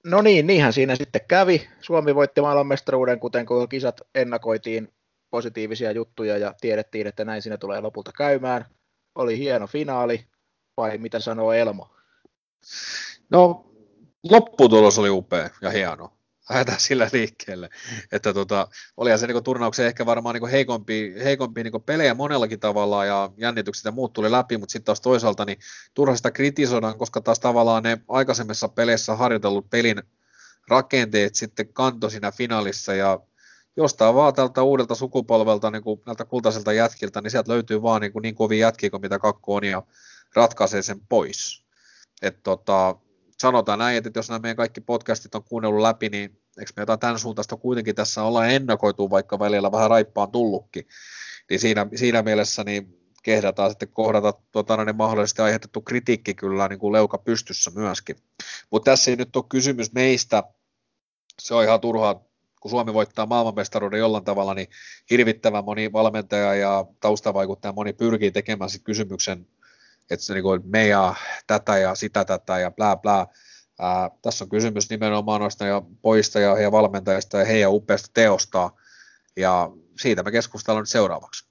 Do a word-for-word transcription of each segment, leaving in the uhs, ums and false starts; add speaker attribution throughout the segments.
Speaker 1: No niin, niinhän siinä sitten kävi. Suomi voitti maailmanmestaruuden, kuten kun kisat ennakoitiin positiivisia juttuja ja tiedettiin, että näin siinä tulee lopulta käymään. Oli hieno finaali, vai mitä sanoo Elmo?
Speaker 2: No, lopputulos oli upea ja hieno. Lähdetään sillä liikkeelle, että tota, olihan se niin turnauksen ehkä varmaan niin heikompi, heikompi niin pelejä monellakin tavalla ja jännitykset ja muut tuli läpi, mutta sitten taas toisaalta niin turha sitä kritisoidaan, koska taas tavallaan ne aikaisemmissa peleissä harjoitellut pelin rakenteet sitten kantoi siinä finaalissa ja jostain vaan tältä uudelta sukupolvelta, niin kuin näiltä kultaiselta jätkiltä, niin sieltä löytyy vaan niin, kuin niin kovia jätkiä kuin mitä kakko on ja ratkaisee sen pois. Et tota, sanotaan näin, että jos nämä meidän kaikki podcastit on kuunnellut läpi, niin eikö me jotain tämän suuntaista kuitenkin tässä ollaan ennakoitu, vaikka välillä vähän raippaan tullutkin, niin siinä, siinä mielessä niin kehdataan sitten kohdata tuota, niin mahdollisesti aiheutettu kritiikki kyllä niin kuin leuka pystyssä myöskin. Mutta tässä ei nyt ole kysymys meistä, se on ihan turhaa, kun Suomi voittaa maailmanmestaruuden jollain tavalla, niin hirvittävän moni valmentaja ja taustavaikuttaja moni pyrkii tekemään sitten kysymyksen, että se niin kuin me ja tätä ja sitä tätä ja blää blää. Ää, tässä on kysymys nimenomaan noista ja poista ja heidän valmentajista ja heidän upeasta teosta, ja siitä me keskustellaan nyt seuraavaksi.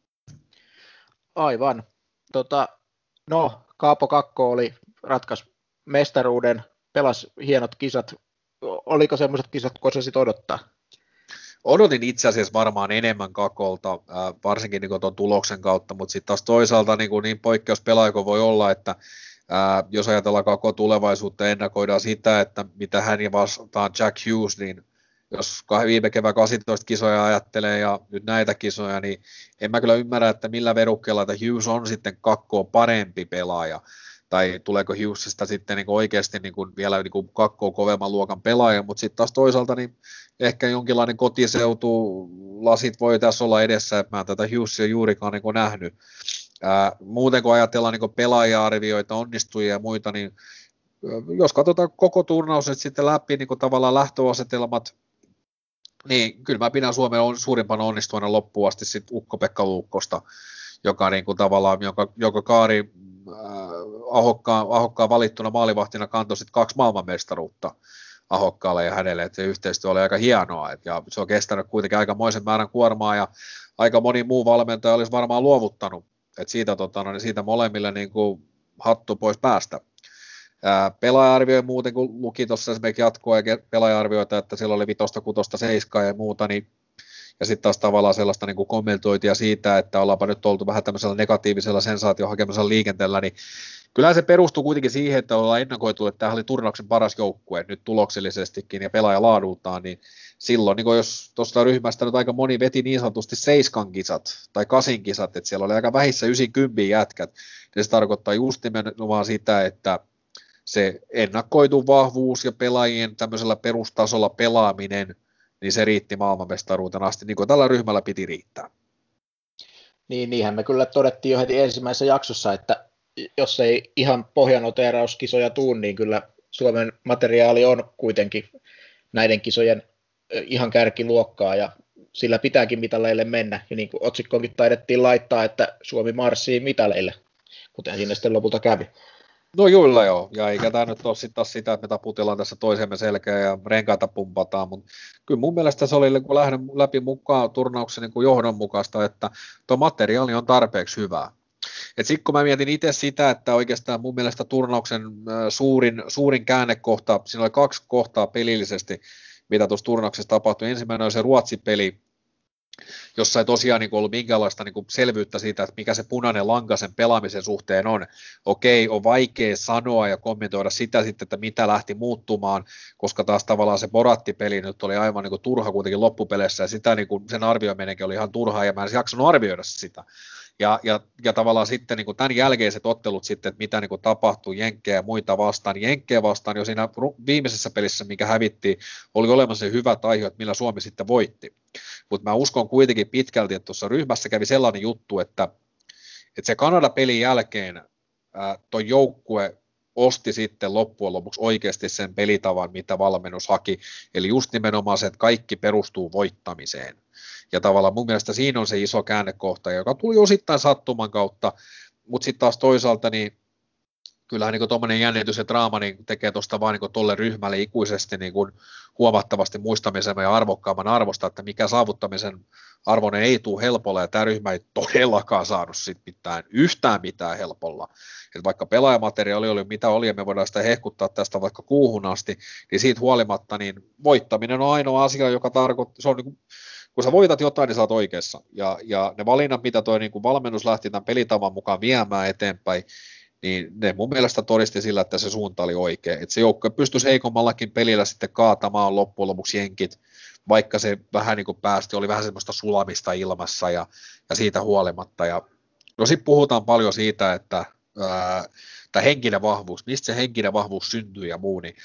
Speaker 1: Aivan. Tota, no, Kaapo Kakko oli ratkaisi mestaruuden, pelasi hienot kisat. Oliko semmoiset kisat, kun osasit odottaa?
Speaker 2: Odotin itse asiassa varmaan enemmän Kakolta, äh, varsinkin niin tuon tuloksen kautta, mutta sitten taas toisaalta niin, niin poikkeuspelaaja voi olla, että äh, jos ajatellaan Kakon tulevaisuutta, ennakoidaan sitä, että mitä hän ja vastaan Jack Hughes, niin jos viime kevään kahdeksantoista kisoja ajattelee ja nyt näitä kisoja, niin en mä kyllä ymmärrä, että millä verukkeella, että Hughes on sitten Kakkoon parempi pelaaja, tai tuleeko Hughesista sitten niin oikeasti niin kuin vielä niin kakkoon kovemman luokan pelaaja, mutta sitten taas toisaalta niin ehkä jonkinlainen kotiseutu lasit voi tässä olla edessä, että mä en tätä Hughesia juurikaan niin nähnyt. Ää, muuten kun ajatellaan niin pelaaja-arvioita, onnistujia ja muita, niin jos katsotaan koko turnaus sitten läpi niin tavallaan lähtöasetelmat, niin kyllä mä pidän Suomen suurimpana onnistujana loppuun asti sitten Ukko-Pekka Luukkosta, joka niin kuin tavallaan, joka, joka kaari Ahokkaan, Ahokkaan valittuna maalivahtina kantoi sitten kaksi maailmanmestaruutta Ahokkaalle ja hänelle, että se yhteistyö oli aika hienoa, et, ja se on kestänyt kuitenkin aikamoisen määrän kuormaa, ja aika moni muu valmentaja olisi varmaan luovuttanut, että siitä, tota, no, siitä molemmille niin kuin hattu pois päästä. Pelaaja-arvioi muuten, kun luki tuossa esimerkiksi jatkoa ja pelaaja-arvioita, että siellä oli vitosta, kutosta, seiskaa ja muuta, niin ja sitten taas tavallaan sellaista niin kuin kommentointia siitä, että ollaanpa nyt oltu vähän tämmöisellä negatiivisella sensaatiohakemisella liikenteellä, niin kyllähän se perustuu kuitenkin siihen, että ollaan ennakoitu, että tämä oli turnauksen paras joukkue nyt tuloksellisestikin ja pelaajalaaduultaan, niin silloin, niin jos tuosta ryhmästä nyt aika moni veti niin sanotusti seiskan kisat tai kasin kisat, että siellä oli aika vähissä yhdeksänkymmentä jätkät, niin se tarkoittaa just nimenomaan sitä, että se ennakoitu vahvuus ja pelaajien tämmöisellä perustasolla pelaaminen, niin se riitti maailmanmestaruuteen asti, niin kuin tällä ryhmällä piti riittää.
Speaker 1: Niin, niinhän me kyllä todettiin jo heti ensimmäisessä jaksossa, että jos ei ihan pohjanoteerauskisoja tuu, niin kyllä Suomen materiaali on kuitenkin näiden kisojen ihan kärkiluokkaa, ja sillä pitääkin mitaleille mennä, ja niin kuin otsikkoonkin taidettiin laittaa, että Suomi marssii mitaleille, kuten siinä sitten lopulta kävi.
Speaker 2: No kyllä joo, ja eikä tämä nyt ole sitten taas sitä, että me taputellaan tässä toisemme selkeä ja renkaita pumpataan, mutta kyllä mun mielestä se oli, kun lähden läpi mukaan turnauksen niin kuin johdonmukaista, että tuo materiaali on tarpeeksi hyvää. Et sitten kun mä mietin itse sitä, että oikeastaan mun mielestä turnauksen suurin, suurin käännekohta, siinä oli kaksi kohtaa pelillisesti, mitä tuossa turnauksessa tapahtui. Ensimmäinen oli se Ruotsi-peli, jossa ei tosiaan niin kuin ollut minkäänlaista niin kuin selvyyttä siitä, että mikä se punainen lanka sen pelaamisen suhteen on. Okei, on vaikea sanoa ja kommentoida sitä sitten, että mitä lähti muuttumaan, koska taas tavallaan se Boratti-peli nyt oli aivan niin kuin turha kuitenkin loppupeleissä, ja sitä niin kuin sen arvioiminenkin oli ihan turhaa, ja mä en jaksanut arvioida sitä. Ja, ja, ja tavallaan sitten niin kuin tämän jälkeiset ottelut sitten, että mitä niin kuin tapahtui Jenkkejä ja muita vastaan. Jenkkejä vastaan jo siinä viimeisessä pelissä, mikä hävittiin, oli olemassa se hyvä taihio, että millä Suomi sitten voitti. Mutta mä uskon kuitenkin pitkälti, että tuossa ryhmässä kävi sellainen juttu, että, että se Kanada-pelin jälkeen ää, tuo joukkue osti sitten loppujen lopuksi oikeasti sen pelitavan, mitä valmennus haki. Eli just nimenomaan se, että kaikki perustuu voittamiseen. Ja tavallaan mun mielestä siinä on se iso käännekohta, joka tuli osittain sattuman kautta, mutta sitten taas toisaalta niin kyllähän niin tuommoinen jännitys ja draama niin tekee tuosta vaan niin tuolle ryhmälle ikuisesti niin kuin huomattavasti muistamisen ja arvokkaamman arvosta, että mikä saavuttamisen arvoinen ei tule helpolla, ja tämä ryhmä ei todellakaan saanut sit mitään, yhtään mitään helpolla. Et vaikka pelaajamateriaali oli mitä oli, ja me voidaan sitä hehkuttaa tästä vaikka kuuhun asti, niin siitä huolimatta niin voittaminen on ainoa asia, joka tarkoittaa, se on niin kuin, kun sä voitat jotain, niin sä oot oikeassa. Ja, ja ne valinnat, mitä toi niin kuin valmennus lähti tämän pelitavan mukaan viemään eteenpäin, niin ne mun mielestä todisti sillä, että se suunta oli oikea. Että se joukkue pystyisi heikommallakin pelillä sitten kaatamaan loppujen lopuksi jenkit, vaikka se vähän niin kuin päästi, oli vähän semmoista sulamista ilmassa ja, ja siitä huolimatta. Ja, no sitten puhutaan paljon siitä, että tämä henkinen vahvuus, mistä se henkinen vahvuus syntyy ja muu, niin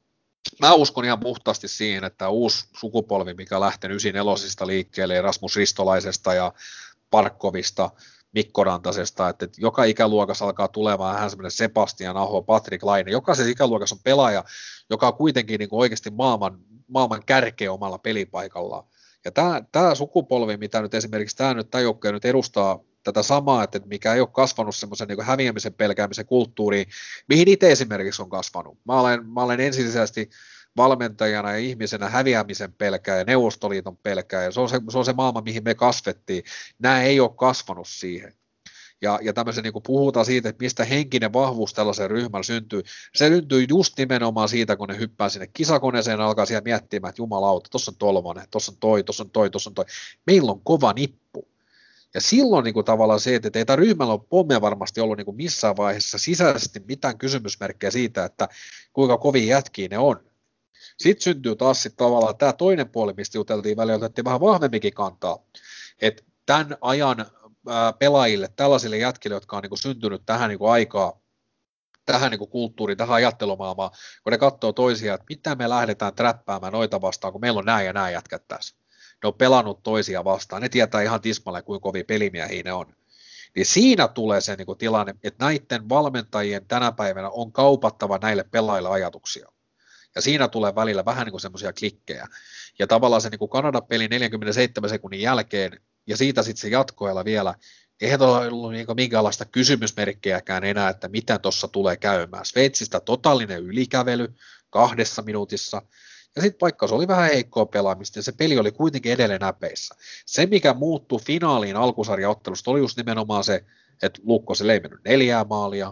Speaker 2: mä uskon ihan puhtaasti siihen, että uusi sukupolvi, mikä lähtee yhdeksänkymmentäneljä liikkeelle, Rasmus Ristolaisesta ja Parkkovista, Mikko Rantasesta, että joka ikäluokassa alkaa tulemaan vähän semmoinen Sebastian Aho, Patrick Laine, jokaisessa ikäluokassa on pelaaja, joka on kuitenkin niin kuin oikeasti maailman, maailman kärkeä omalla pelipaikallaan. Ja tämä, tämä sukupolvi, mitä nyt esimerkiksi tämä, nyt, tämä joukkoja nyt edustaa tätä samaa, että mikä ei ole kasvanut semmoisen niin häviämisen pelkäämisen kulttuuriin, mihin itse esimerkiksi on kasvanut. Mä olen, mä olen ensisijaisesti valmentajana ja ihmisenä häviämisen pelkää ja Neuvostoliiton pelkää, ja se on se, se on se maailma, mihin me kasvettiin. Nämä ei ole kasvanut siihen. Ja, ja tämmöisen niin kuin puhutaan siitä, että mistä henkinen vahvuus tällaisen ryhmällä syntyy. Se syntyy just nimenomaan siitä, kun ne hyppää sinne kisakoneeseen ja alkaa siellä miettimään, että jumalauta, tuossa on tolmonen, tuossa on toi, tuossa on toi, tuossa on toi. Meillä on kova nippu. Ja silloin niin kuin tavallaan se, että ei tämä ryhmällä ole pommia varmasti ollut niin kuin missään vaiheessa sisäisesti mitään kysymysmerkkejä siitä, että kuinka kovin jätkiä ne on. Sitten syntyy taas sitten tavallaan tämä toinen puoli, mistä juteltiin välillä, otettiin vähän vahvemminkin kantaa, että tämän ajan ää, pelaajille, tällaisille jätkille, jotka on niin kuin syntynyt tähän niin kuin aikaa, tähän niin kuin kulttuuriin, tähän ajattelumaailmaan, kun ne katsoo toisiaan, että mitä me lähdetään träppäämään noita vastaan, kun meillä on nämä ja nämä jätkät tässä. Ne on pelannut toisia vastaan, ne tietää ihan tismalle, kuinka kovia pelimiehiä ne on. Niin siinä tulee se niin kuin tilanne, että näiden valmentajien tänä päivänä on kaupattava näille pelaajille ajatuksia. Ja siinä tulee välillä vähän niin kuin semmoisia klikkejä. Ja tavallaan se niin kuin Kanada-peli neljänkymmenenseitsemän sekunnin jälkeen, ja siitä sitten se jatkoajalla vielä, eihän ole ollut niin minkäänlaista kysymysmerkkejäkään enää, että mitä tuossa tulee käymään. Sveitsistä totaalinen ylikävely kahdessa minuutissa, ja sitten vaikka se oli vähän heikkoa pelaamista, ja se peli oli kuitenkin edelleen näpeissä. Se, mikä muuttui finaaliin alkusarjaottelusta, oli just nimenomaan se, että Lukkoselle ei mennyt neljää maalia.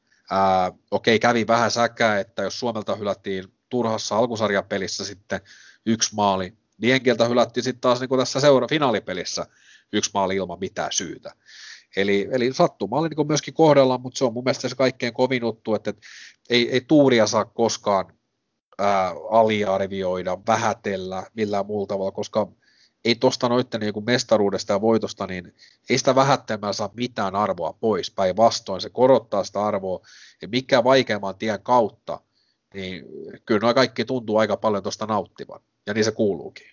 Speaker 2: Ää, okei, kävi vähän säkää, että jos Suomelta hylättiin turhassa alkusarjapelissä sitten yksi maali, niin Jenkiltä hylättiin sitten taas niin kuin tässä seura- finaalipelissä yksi maali ilman mitään syytä. Eli, eli sattuma oli niin kuin myöskin kohdallaan, mutta se on mun mielestä se kaikkein kovin juttu, että, että ei, ei tuuria saa koskaan ää, aliarvioida, vähätellä millään muulla tavalla, koska ei tuosta noitten niin kuin mestaruudesta ja voitosta, niin ei sitä vähättelemään saa mitään arvoa pois, päinvastoin se korottaa sitä arvoa, ja mikä vaikeamman tien kautta, niin kyllä nuo kaikki tuntuu aika paljon tuosta nauttivan, ja niin se kuuluukin.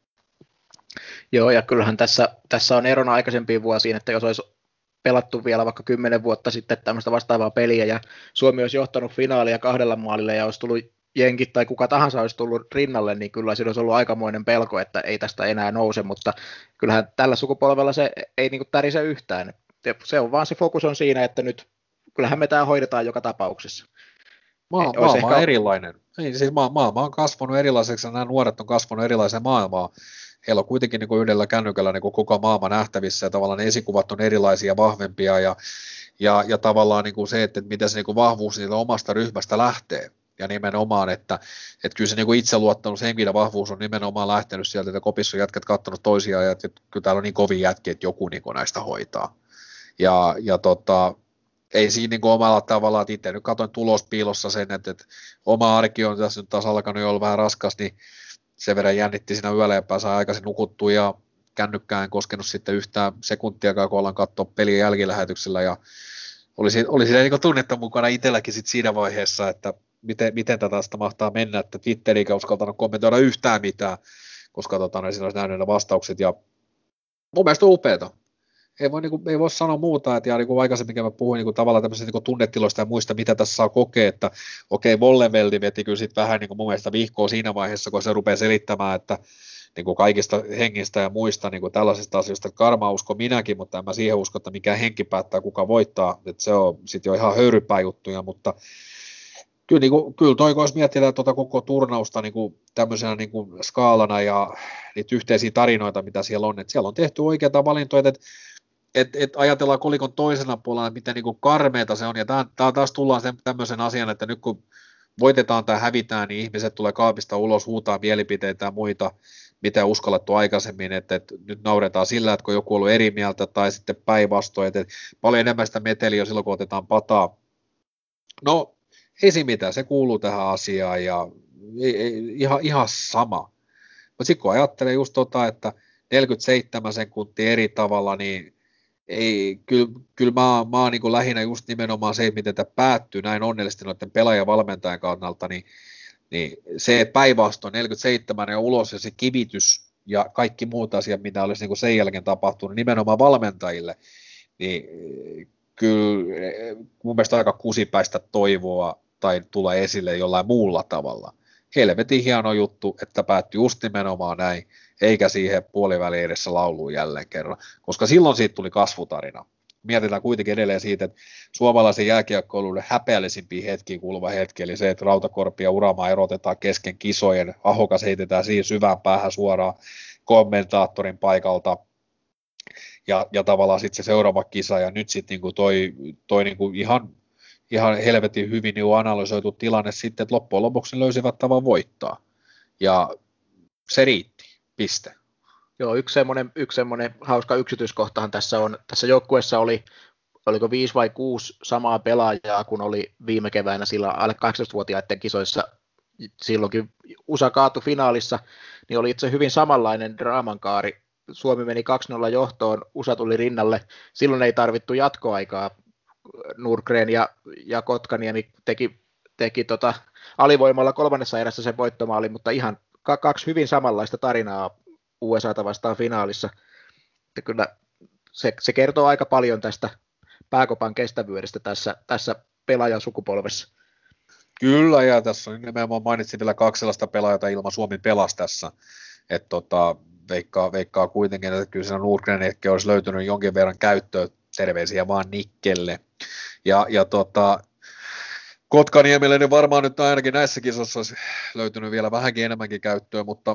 Speaker 1: Joo, ja kyllähän tässä, tässä on erona aikaisempiin vuosiin, että jos olisi pelattu vielä vaikka kymmenen vuotta sitten tämmöistä vastaavaa peliä, ja Suomi olisi johtanut finaalia kahdella maalilla, ja olisi tullut jenkit tai kuka tahansa olisi tullut rinnalle, niin kyllä siinä olisi ollut aikamoinen pelko, että ei tästä enää nouse, mutta kyllähän tällä sukupolvella se ei niin kuin tärise yhtään. Se on vaan se fokus on siinä, että nyt kyllähän me tämä hoidetaan joka tapauksessa.
Speaker 2: Maa, maailma ehkä on erilainen. Ei, siis maa, maailma on kasvanut erilaiseksi ja nämä nuoret on kasvanut erilaiseen maailmaan. Heillä on kuitenkin niin kuin yhdellä kännykällä niin kuin koko maailma nähtävissä ja tavallaan ne esikuvat on erilaisia ja vahvempia ja, ja, ja tavallaan niin kuin se, että miten se niin kuin vahvuus niitä omasta ryhmästä lähtee. Ja nimenomaan, että, että kyllä se niin kuin itseluottamus, henkinen vahvuus on nimenomaan lähtenyt sieltä, että kopissa on jätkät katsonut toisiaan ja että kyllä täällä on niin kovin jätkiä, että joku niin kuin näistä hoitaa. Ja, ja tota, ei siinä niin kuin omalla tavallaan, että itse nyt katsoin tulospiilossa sen, että, että oma arki on tässä nyt taas alkanut jo olla vähän raskas, niin sen verran jännitti siinä yöllä ja pääsee aikaisin nukuttua ja kännykkään en koskenut sitten yhtään sekuntiakaan, kun ollaan katsoa pelin jälkilähetyksellä ja oli, oli siinä niin kuin tunnetta mukana itselläkin sit siinä vaiheessa, että miten, miten tätä sitä mahtaa mennä, että Twitteriin uskaltanut kommentoida yhtään mitään, koska tota, ne siinä olisi nähnyt ne vastaukset ja mun mielestä on upeata. Ei voi, niin kuin, ei voi sanoa muuta, että ja niin kuin aikaisemmin mä puhuin niin kuin, tavallaan tämmöisistä niin tunnetiloista ja muista, mitä tässä saa kokea, että okei, okay, Vollenveldi veti kyllä sitten vähän niin kuin mun mielestä vihkoa siinä vaiheessa, kun se rupeaa selittämään, että niin kuin kaikista hengistä ja muista niin kuin tällaisista asioista. Karma usko minäkin, mutta en mä siihen usko, että mikään henki päättää, kuka voittaa. Että se on sitten jo ihan höyrypää juttuja, mutta kyllä, niin kuin, kyllä toi, kun jos mietitään tuota koko turnausta niin kuin tämmöisenä niin kuin skaalana ja niitä yhteisiä tarinoita, mitä siellä on, että siellä on tehty oikeita valintoja, että et, et ajatellaan kolikon toisena puolella, miten niin kuin karmeeta se on, ja tää, tää taas tullaan sen, tämmöisen asian, että nyt kun voitetaan tai hävitään, niin ihmiset tulee kaapista ulos, huutaa mielipiteitä ja muita, mitä on uskallettu aikaisemmin, että, että nyt nauretaan sillä, että kun joku on ollut eri mieltä, tai sitten päinvastoin, että, että paljon enemmän sitä meteliä silloin, kun otetaan pataa. No, ei siinä mitään, se kuuluu tähän asiaan, ja ei, ei, ihan, ihan sama. Mutta sitten kun ajattelee just tota, että neljäkymmentäseitsemän sekuntia eri tavalla, niin ei, kyllä, kyllä mä, mä oon niin lähinnä just nimenomaan se, miten tämä päättyy näin onnellisesti noiden pelaajavalmentajan kannalta, niin, niin se päinvastoin neljäkymmentäseitsemän ja ulos ja se kivitys ja kaikki muut asiat, mitä olisi niin sen jälkeen tapahtunut nimenomaan valmentajille, niin kyllä mun mielestä aika kusipäistä toivoa tai tulee esille jollain muulla tavalla. Helvetin hieno juttu, että päättyi just nimenomaan näin, eikä siihen puoliväliin edessä lauluun jälleen kerran, koska silloin siitä tuli kasvutarina. Mietitään kuitenkin edelleen siitä, että suomalaisen jääkiekkoiluuden häpeällisimpiä hetkiä kuuluva hetki, eli se, että Rautakorpi ja Uramaa erotetaan kesken kisojen, Ahokas heitetään siihen syvään päähän suoraan kommentaattorin paikalta, ja, ja tavallaan sitten se seuraava kisa, ja nyt sitten niinku toi, toi niinku ihan, ihan helvetin hyvin niinku analysoitu tilanne sitten, että loppujen lopuksi löysivät tavan voittaa, ja se riitti. Piste.
Speaker 1: Joo, yksi semmoinen, yksi semmoinen hauska yksityiskohtahan tässä on. Tässä joukkueessa oli, oliko viisi vai kuusi samaa pelaajaa, kun oli viime keväänä sillä alle kahdeksantoistavuotiaiden kisoissa. Silloinkin U S A kaatui finaalissa, niin oli itse hyvin samanlainen draamankaari. Suomi meni kaksi nolla johtoon, U S A tuli rinnalle. Silloin ei tarvittu jatkoaikaa. Nurgren ja, ja Kotkaniemi teki, teki tota, alivoimalla kolmannessa erässä sen voittomaali, mutta ihan kaksi hyvin samanlaista tarinaa U S A:ta vastaan finaalissa. Ja kyllä se, se kertoo aika paljon tästä pääkopan kestävyydestä tässä, tässä pelaajan sukupolvessa.
Speaker 2: Kyllä, ja tässä on nimenomaan mainitsin vielä kaksi sellaista pelaajaa ilman Suomi pelasi tässä. Että tota, veikkaa, veikkaa kuitenkin, että kyllä siinä Nurgren ehkä olisi löytynyt jonkin verran käyttöä, terveisiä vaan Nikkelle. Ja, ja tota, Kotkaniemelle niin varmaan nyt ainakin näissä kisoissa olisi löytynyt vielä vähänkin enemmänkin käyttöä, mutta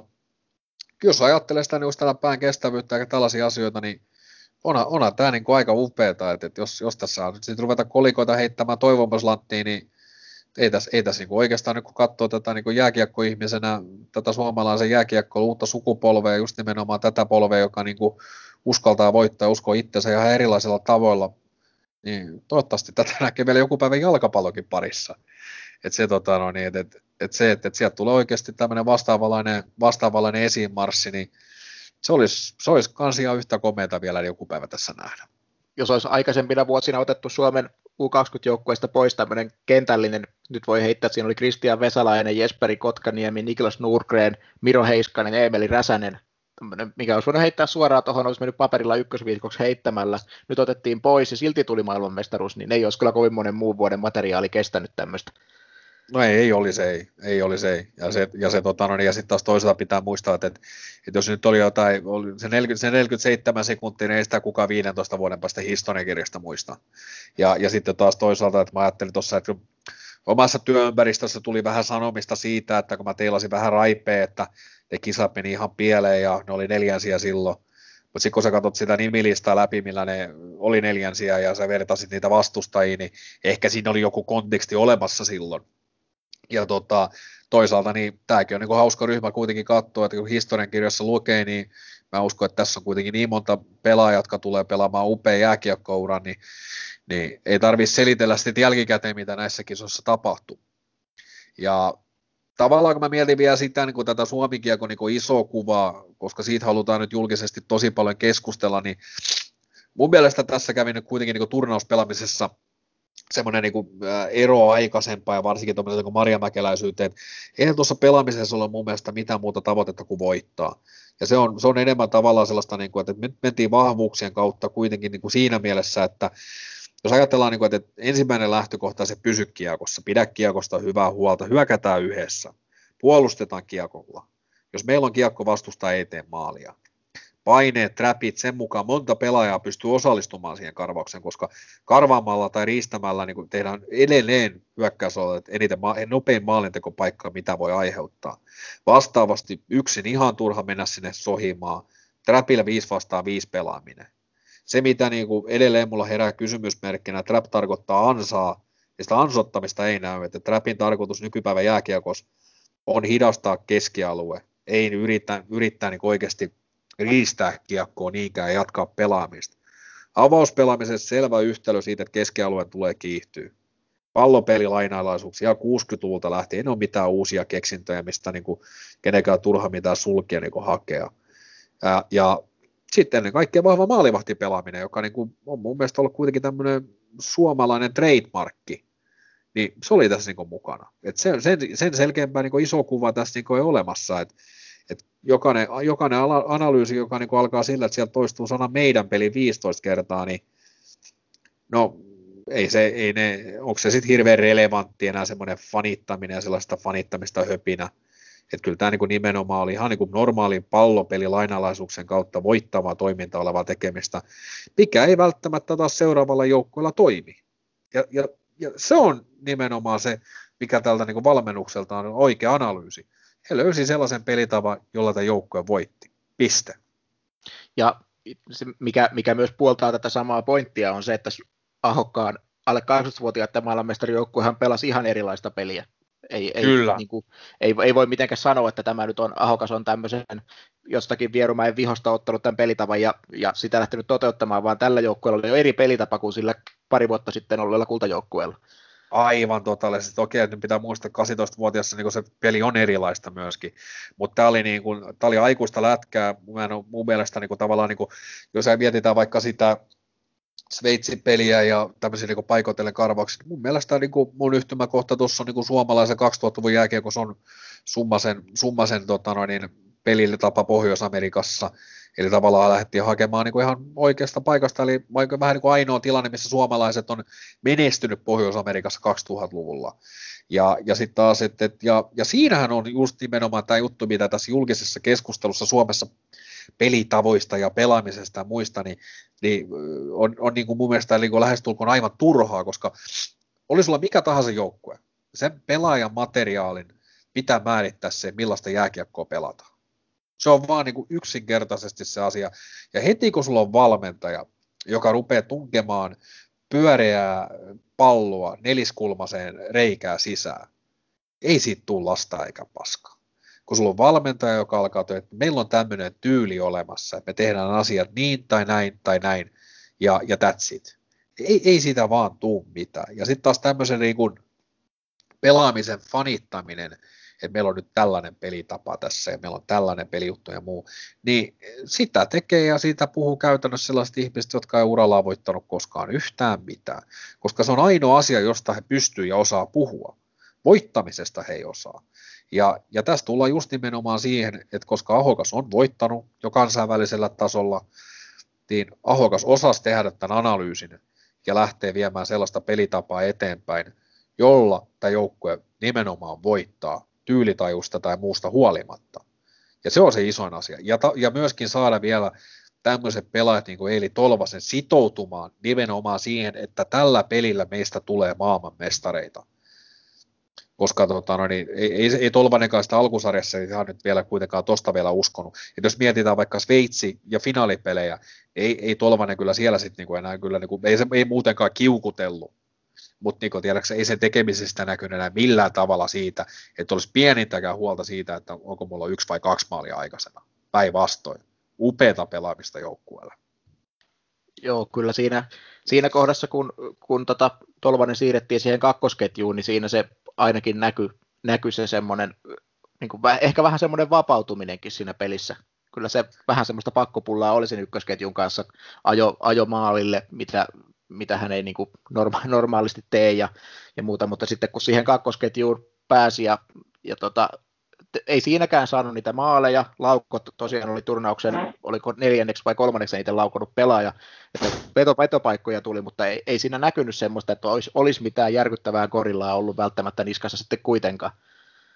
Speaker 2: jos ajattelee sitä niin tämän pään kestävyyttä ja tällaisia asioita, niin onhan, onhan tämä niin kuin aika upeata, että, että jos, jos tässä on sitten ruveta kolikoita heittämään toivomuslanttiin, niin ei tässä, ei tässä niin kuin oikeastaan nyt kun katsoo tätä niin kuin jääkiekkoihmisenä, tätä suomalaisen jääkiekkoa uutta sukupolvea, just nimenomaan tätä polvea, joka niin kuin uskaltaa voittaa ja uskoo itsensä ihan erilaisilla tavoilla, niin toivottavasti tätä näkee vielä joku päivä jalkapallokin parissa. Että se, tota, no niin, et, et, et se, että et sieltä tulee oikeasti tämmöinen vastaavanlainen, vastaavanlainen esiinmarssi, niin se olisi, se olisi kans ihan yhtä komeata vielä joku päivä tässä nähdä.
Speaker 1: Jos olisi aikaisempina vuosina otettu Suomen U kaksikymmentä-joukkueesta pois tämmöinen kentällinen, nyt voi heittää, että siinä oli Kristian Vesalainen, Jesperi Kotkaniemi, Niklas Nurgren, Miro Heiskanen, Eemeli Räsänen, mikä olisi voinut heittää suoraan tuohon, olisi mennyt paperilla ykkösviikoksi heittämällä, nyt otettiin pois ja silti tuli maailmanmestaruus, niin ei olisi kyllä kovin monen muun vuoden materiaali kestänyt tämmöistä.
Speaker 2: No ei, ei olisi, ei, ei olisi, ei. Ja, se, ja, se, tota, no, ja sitten taas toisaalta pitää muistaa, että, että, että jos nyt oli jotain, oli se, neljäkymmentä, se neljäkymmentäseitsemän sekuntia, niin ei sitä kukaan viidentoista vuoden päästä historiankirjasta muista. Ja, ja sitten taas toisaalta, että mä ajattelin tuossa, että omassa työympäristössä tuli vähän sanomista siitä, että kun mä teilasin vähän raipea, että ne kisat meni ihan pieleen ja ne oli neljänsiä silloin. Mutta sitten kun sä katsot sitä nimilistaa läpi, millä ne oli neljänsiä ja sä vertasit niitä vastustajia, niin ehkä siinä oli joku konteksti olemassa silloin. Ja tota, toisaalta niin tämäkin on niin hauska ryhmä kuitenkin katsoa, että kun historiankirjassa lukee, niin mä uskon, että tässä on kuitenkin niin monta pelaajaa, jotka tulee pelaamaan upea jääkiekkouran, niin, niin ei tarvitse selitellä sitten jälkikäteen, mitä näissä kisoissa tapahtuu. Ja tavallaan kun mä mietin vielä sitä niin kuin tätä Suomi-kiekon niin isoa kuvaa, koska siitä halutaan nyt julkisesti tosi paljon keskustella, niin mun mielestä tässä kävi nyt kuitenkin niin turnauspelaamisessa semmoinen niin kuin ero aikaisempaa ja varsinkin tuommoisen niin marjamäkeläisyyteen, että eihän tuossa pelaamisessa ole mun mielestä mitään muuta tavoitetta kuin voittaa. Ja se on, se on enemmän tavallaan sellaista, niin kuin, että me mentiin vahvuuksien kautta kuitenkin niin kuin siinä mielessä, että jos ajatellaan, niin kuin, että ensimmäinen lähtökohta on se pysy kiekossa, pidä kiekosta hyvää huolta, hyökätään yhdessä, puolustetaan kiekolla. jos meillä on kiekko vastusta ei tee maalia. Paineet, trapit, sen mukaan monta pelaajaa pystyy osallistumaan siihen karvaukseen, koska karvaamalla tai riistämällä niin tehdään edelleen hyökkäysalueet eniten ma- nopein maalintekopaikka, mitä voi aiheuttaa. Vastaavasti yksin ihan turha mennä sinne sohimaan, trapilla viisi vastaan viisi pelaaminen. Se, mitä niin kuin edelleen mulla herää kysymysmerkkinä, trap tarkoittaa ansaa, ja sitä ansottamista ei näy, että trapin tarkoitus nykypäivän jääkiekossa on hidastaa keskialue, ei yrittää, yrittää niin oikeasti riistää kiekkoa niinkään ja jatkaa pelaamista. Avauspelaamisessa selvä yhtälö siitä, että keskialueen tulee kiihtyä. Pallopelilainalaisuuksia ja kuusikymmentäluvulta lähtien ei ole mitään uusia keksintöjä, mistä niin kuin kenenkään turha mitään sulkia niin kuin hakea. Ja, ja sitten ennen kaikkea vahva maalivahtipelaaminen, joka niin kuin on mun mielestä ollut kuitenkin tämmöinen suomalainen trademarkki, niin se oli tässä niin kuin mukana. Et sen, sen, sen selkeämpää niin kuin iso kuva tässä niin kuin ei olemassa, että et jokainen, jokainen analyysi, joka niin kuin alkaa sillä, että sieltä toistuu sana meidän peli viisitoista kertaa, niin no ei se, ei ne, onko se sitten hirveän relevantti enää semmoinen fanittaminen ja sellaista fanittamista höpinä. Että kyllä tämä niin nimenomaan oli ihan niin normaalin pallopeli lainalaisuuksien kautta voittavaa toimintaa olevaa tekemistä, mikä ei välttämättä taas seuraavalla joukkueella toimi. Ja, ja, ja se on nimenomaan se, mikä tältä niin valmennukselta on oikea analyysi. He löysi sellaisen pelitavan, jolla tämä joukkue voitti. Piste.
Speaker 1: Ja se, mikä, mikä myös puoltaa tätä samaa pointtia on se, että Ahokkaan alle kahdeksantoistavuotiaat maailmanmestarijoukkuehan pelasi ihan erilaista peliä. Ei, ei, niin kuin, ei, ei voi mitenkään sanoa, että tämä nyt on, Ahokas on tämmöisen jostakin Vierumäen vihosta ottanut tämän pelitavan ja, ja sitä lähtenyt toteuttamaan, vaan tällä joukkueella oli jo eri pelitapa kuin sillä pari vuotta sitten olleella kultajoukkueella.
Speaker 2: Aivan totaalisesti. Okei, että nyt pitää muistaa, että kahdeksantoistavuotiaassa niin se peli on erilaista myöskin, mutta tämä oli, niin kuin, tämä oli aikuista lätkää, mun mielestä niin kuin, tavallaan, niin kuin, jos mietitään vaikka sitä Sveitsin peliä ja tämmöisiä niin paikoitellen karvauksia. Mun mielestä niin kuin mun yhtymäkohta tuossa on niin suomalaisen kaksituhattaluvun jälkeen, on summasen, summasen tota noin, niin pelille tapa Pohjois-Amerikassa. Eli tavallaan lähdettiin hakemaan niin kuin ihan oikeasta paikasta, eli vähän niin kuin ainoa tilanne, missä suomalaiset on menestynyt Pohjois-Amerikassa kaksituhattaluvulla. Ja, ja sitten taas, että, ja, ja siinähän on just nimenomaan tämä juttu, mitä tässä julkisessa keskustelussa Suomessa pelitavoista ja pelaamisesta ja muista, niin, niin on, on niin kuin mun mielestä niin kuin lähestulkoon aivan turhaa, koska oli sulla mikä tahansa joukkue, sen pelaajan materiaalin pitää määrittää se, millaista jääkiekkoa pelataan. Se on vaan niin kuin yksinkertaisesti se asia. Ja heti kun sulla on valmentaja, joka rupeaa tunkemaan pyöreää palloa neliskulmaseen reikää sisään, ei siitä tule lasta eikä paskaa. Kun sulla on valmentaja, joka alkaa tehdä, että meillä on tämmöinen tyyli olemassa, että me tehdään asiat niin tai näin tai näin, ja, ja that's it. Ei, ei siitä vaan tuu mitään. Ja sitten taas tämmöisen niin kuin pelaamisen fanittaminen, että meillä on nyt tällainen pelitapa tässä ja meillä on tällainen pelijuttu ja muu, niin sitä tekee ja siitä puhuu käytännössä sellaiset ihmiset, jotka ei urallaan voittanut koskaan yhtään mitään, koska se on ainoa asia, josta he pystyy ja osaa puhua. Voittamisesta he ei osaa. Ja, ja tässä tullaan just nimenomaan siihen, että koska Ahokas on voittanut jo kansainvälisellä tasolla, niin Ahokas osasi tehdä tämän analyysin ja lähtee viemään sellaista pelitapaa eteenpäin, jolla tämä joukkue nimenomaan voittaa tyylitajusta tai muusta huolimatta. Ja se on se isoin asia. Ja, ta, ja myöskin saada vielä tämmöiset pelaajat niin kuin Eeli Tolvasen sitoutumaan nimenomaan siihen, että tällä pelillä meistä tulee maailmanmestareita. Koska tota, no niin, ei, ei, ei Tolvanenkaan sitä alkusarjassa ihan nyt vielä kuitenkaan tosta vielä uskonut. Et jos mietitään vaikka Sveitsi ja finaalipelejä, ei, ei Tolvanen kyllä siellä sitten niinku enää kyllä, niinku, ei se ei muutenkaan kiukutellut. Mutta niin tiedätkö, ei sen tekemisestä näkynyt enää millään tavalla siitä, että olisi pienintäkään huolta siitä, että onko mulla yksi vai kaksi maalia aikaisena. Päinvastoin. Upeata pelaamista joukkueella.
Speaker 1: Joo, kyllä siinä, siinä kohdassa, kun, kun tota Tolvanen siirrettiin siihen kakkosketjuun, niin siinä se ainakin näkyi näky se semmoinen, niin kuin, ehkä vähän semmoinen vapautuminenkin siinä pelissä. Kyllä se vähän semmoista pakkopullaa oli sen ykkösketjun kanssa, ajo, ajo maalille, mitä, mitä hän ei niin kuin norma- normaalisti tee ja, ja muuta, mutta sitten kun siihen kakkosketjuun pääsi ja, ja tota, ei siinäkään saanut niitä maaleja, laukot tosiaan oli turnauksen, oliko neljänneksi vai kolmanneksi eniten laukonut pelaaja, että veto, vetopaikkoja tuli, mutta ei, ei siinä näkynyt semmoista, että olisi, olisi mitään järkyttävää korillaa ollut välttämättä niskassa sitten kuitenkaan.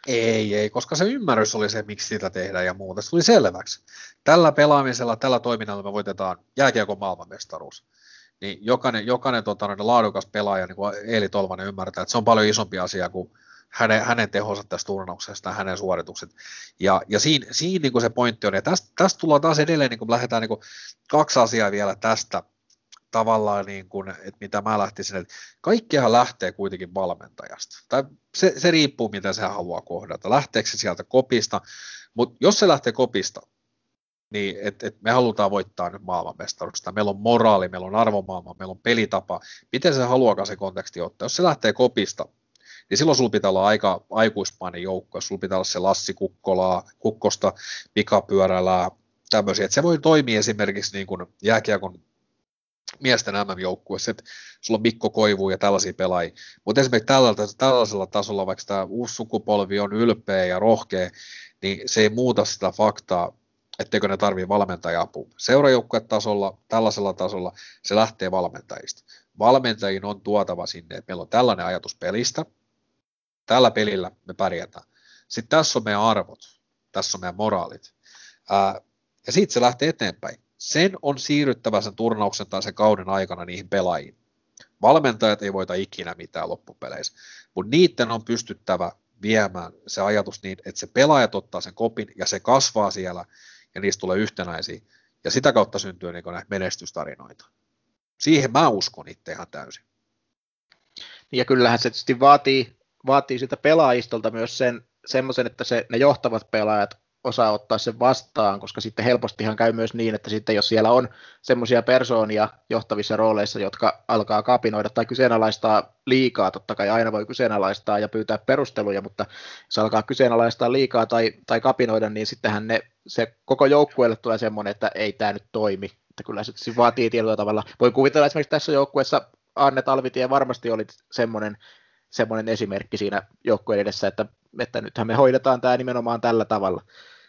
Speaker 2: Ei, ei, koska se ymmärrys oli se, miksi sitä tehdään ja muuta. Se tuli selväksi. Tällä pelaamisella, tällä toiminnalla me voitetaan jääkiekon maailmanmestaruus. Niin jokainen, jokainen tota, laadukas pelaaja, niin kuin Eeli Tolvanen ymmärtää, että se on paljon isompi asia kuin hänen, hänen tehonsa tästä turnauksesta ja hänen suoritukset. Ja, ja siinä, siinä niin kuin se pointti on. Ja tästä, tästä tullaan taas edelleen, niin kuin lähdetään niin kuin kaksi asiaa vielä tästä tavallaan, niin kuin, että mitä mä lähtisin, että kaikkihan lähtee kuitenkin valmentajasta. Tai se, se riippuu, mitä se haluaa kohdata. Lähteekö se sieltä kopista, mutta jos se lähtee kopista, niin että et me halutaan voittaa nyt maailmanmestaruudesta. Meillä on moraali, meillä on arvomaailma, meillä on pelitapa. Miten se haluaakaan se konteksti ottaa? Jos se lähtee kopista, niin silloin sulla pitää olla aika aikuismainen joukko. Sulla pitää olla se Lassi Kukkolaa, Kukkosta, Mika Pyörälää, tämmöisiä. Että se voi toimia esimerkiksi niin kuin jääkiekon miesten M M-joukkueessa, että sulla on Mikko Koivu ja tällaisia pelaajia. Mutta esimerkiksi tällaisella tasolla, vaikka tämä uusi sukupolvi on ylpeä ja rohkea, niin se ei muuta sitä faktaa, etteikö ne tarvitse valmentaja-apua. Seurajoukkuetasolla, tällaisella tasolla, se lähtee valmentajista. Valmentajien on tuotava sinne, että meillä on tällainen ajatus pelistä, tällä pelillä me pärjätään. Sitten tässä on meidän arvot, tässä on meidän moraalit. Ää, ja sitten se lähtee eteenpäin. Sen on siirryttävä sen turnauksen tai sen kauden aikana niihin pelaajiin. Valmentajat ei voita ikinä mitään loppupeleissä, mutta niiden on pystyttävä viemään se ajatus niin, että se pelaajat ottaa sen kopin ja se kasvaa siellä ja niistä tulee yhtenäisiä. Ja sitä kautta syntyy niin näitä menestystarinoita. Siihen mä uskon itse ihan täysin.
Speaker 1: Ja kyllähän se tietysti vaatii, vaatii sitä pelaajistolta myös sen, semmoisen, että se, ne johtavat pelaajat osaa ottaa sen vastaan, koska sitten helpostihan käy myös niin, että sitten jos siellä on semmoisia persoonia johtavissa rooleissa, jotka alkaa kapinoida tai kyseenalaistaa liikaa, totta kai aina voi kyseenalaistaa ja pyytää perusteluja, mutta jos alkaa kyseenalaistaa liikaa tai, tai kapinoida, niin sittenhän ne, se koko joukkueelle tulee semmoinen, että ei tämä nyt toimi, että kyllä se vaatii tietyllä tavalla. Voi kuvitella esimerkiksi tässä joukkueessa Arne Talvitie varmasti oli semmoinen, semmoinen esimerkki siinä joukkueen edessä, että, että nythän me hoidetaan tämä nimenomaan tällä tavalla.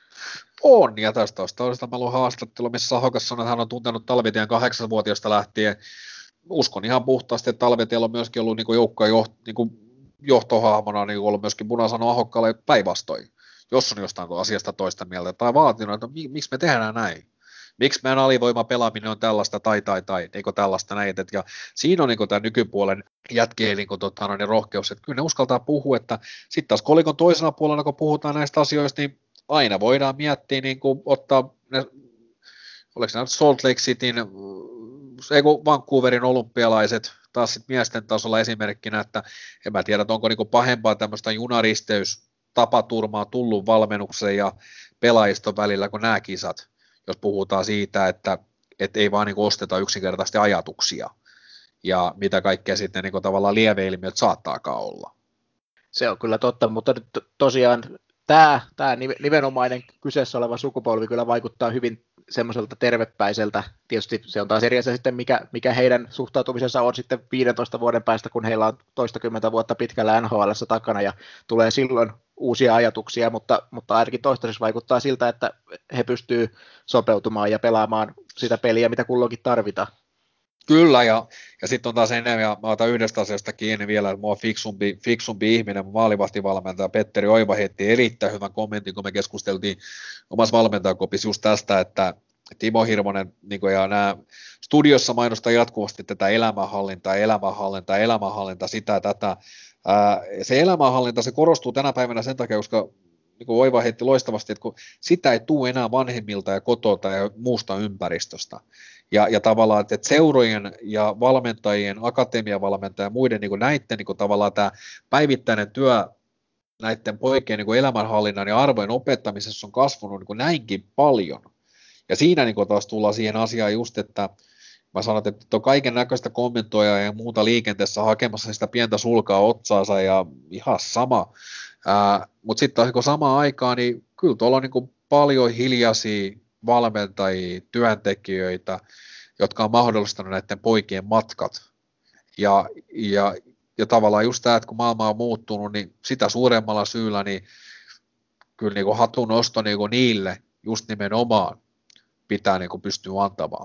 Speaker 2: On, ja tästä toisesta mä luin haastattelu, missä Sahokas sanoi, että hän on tuntenut Talvitien kahdeksanvuotiaasta lähtien. Uskon ihan puhtaasti, että Talvitiellä on myöskin ollut niin joukkojen joht, niin johtohahmona niin ollut myöskin Punasano Ahokkaalle päinvastoin, jos on jostain asiasta toista mieltä, tai vaatinut, että miksi me tehdään näin. Miksi meidän alivoima pelaaminen on tällaista tai tai tai, eikö tällaista näin. Et, ja siinä on niin tämä nykypuolen jätkien niin tota, no, niin rohkeus, että kyllä ne uskaltaa puhua, että sitten taas kolikon toisena puolella, kun puhutaan näistä asioista, niin aina voidaan miettiä, niin kuin ottaa, ne, oliko nämä Salt Lake Cityn, ei kun Vancouverin olympialaiset, taas sitten miesten tasolla esimerkkinä, että en mä tiedä, onko niin kuin pahempaa tämmöistä junaristeys-tapaturmaa tullut valmennuksen ja pelaajiston välillä kuin nämä kisat, jos puhutaan siitä, että et ei vaan niin kuin osteta yksinkertaisesti ajatuksia ja mitä kaikkea sitten niin kuin tavallaan lieveilmiöt saattaakaan olla.
Speaker 1: Se on kyllä totta, mutta nyt tosiaan Tämä, tämä nimenomainen kyseessä oleva sukupolvi kyllä vaikuttaa hyvin semmoiselta tervepäiseltä. Tietysti se on taas eri asia sitten, mikä, mikä heidän suhtautumisensa on sitten viidentoista vuoden päästä, kun heillä on toistakymmentä vuotta pitkällä N H L:ssä takana ja tulee silloin uusia ajatuksia, mutta, mutta ainakin toistaiseksi vaikuttaa siltä, että he pystyvät sopeutumaan ja pelaamaan sitä peliä, mitä kulloinkin tarvitaan.
Speaker 2: Kyllä, ja, ja sitten on taas enemmän, ja mä otan yhdestä asiasta kiinni vielä, että mua fiksumpi, fiksumpi ihminen, maalivahtivalmentaja Petteri Oiva heitti erittäin hyvän kommentin, kun me keskusteltiin omassa valmentajakopissa just tästä, että Timo Hirvonen niin ja nämä studiossa mainostaa jatkuvasti tätä elämänhallintaa, elämänhallintaa, elämänhallintaa, sitä tätä. Ää, se elämänhallinta, se korostuu tänä päivänä sen takia, koska niin kuin Oiva heitti loistavasti, että kun sitä ei tule enää vanhemmilta ja kotolta ja muusta ympäristöstä. Ja, ja tavallaan, että seurojen ja valmentajien, akatemiavalmentajien ja muiden niin kuin näiden niin kuin tavallaan tämä päivittäinen työ näiden poikien niin kuin elämänhallinnan ja arvojen opettamisessa on kasvanut niin kuin näinkin paljon. Ja siinä niin kuin taas tullaan siihen asiaan just, että mä sanon, että on kaiken näköistä kommentoijaa ja muuta liikenteessä hakemassa sitä pientä sulkaa otsaansa ja ihan sama. Mutta sitten taas niin samaan aikaan, niin kyllä tuolla on niin kuin paljon hiljaisia valmentajia, työntekijöitä, jotka on mahdollistanut näiden poikien matkat. Ja, ja, ja tavallaan just tämä, että kun maailma on muuttunut, niin sitä suuremmalla syyllä, niin kyllä niin kuin hatun nosto niin kuin niille just nimenomaan pitää niin kuin pystyä antamaan.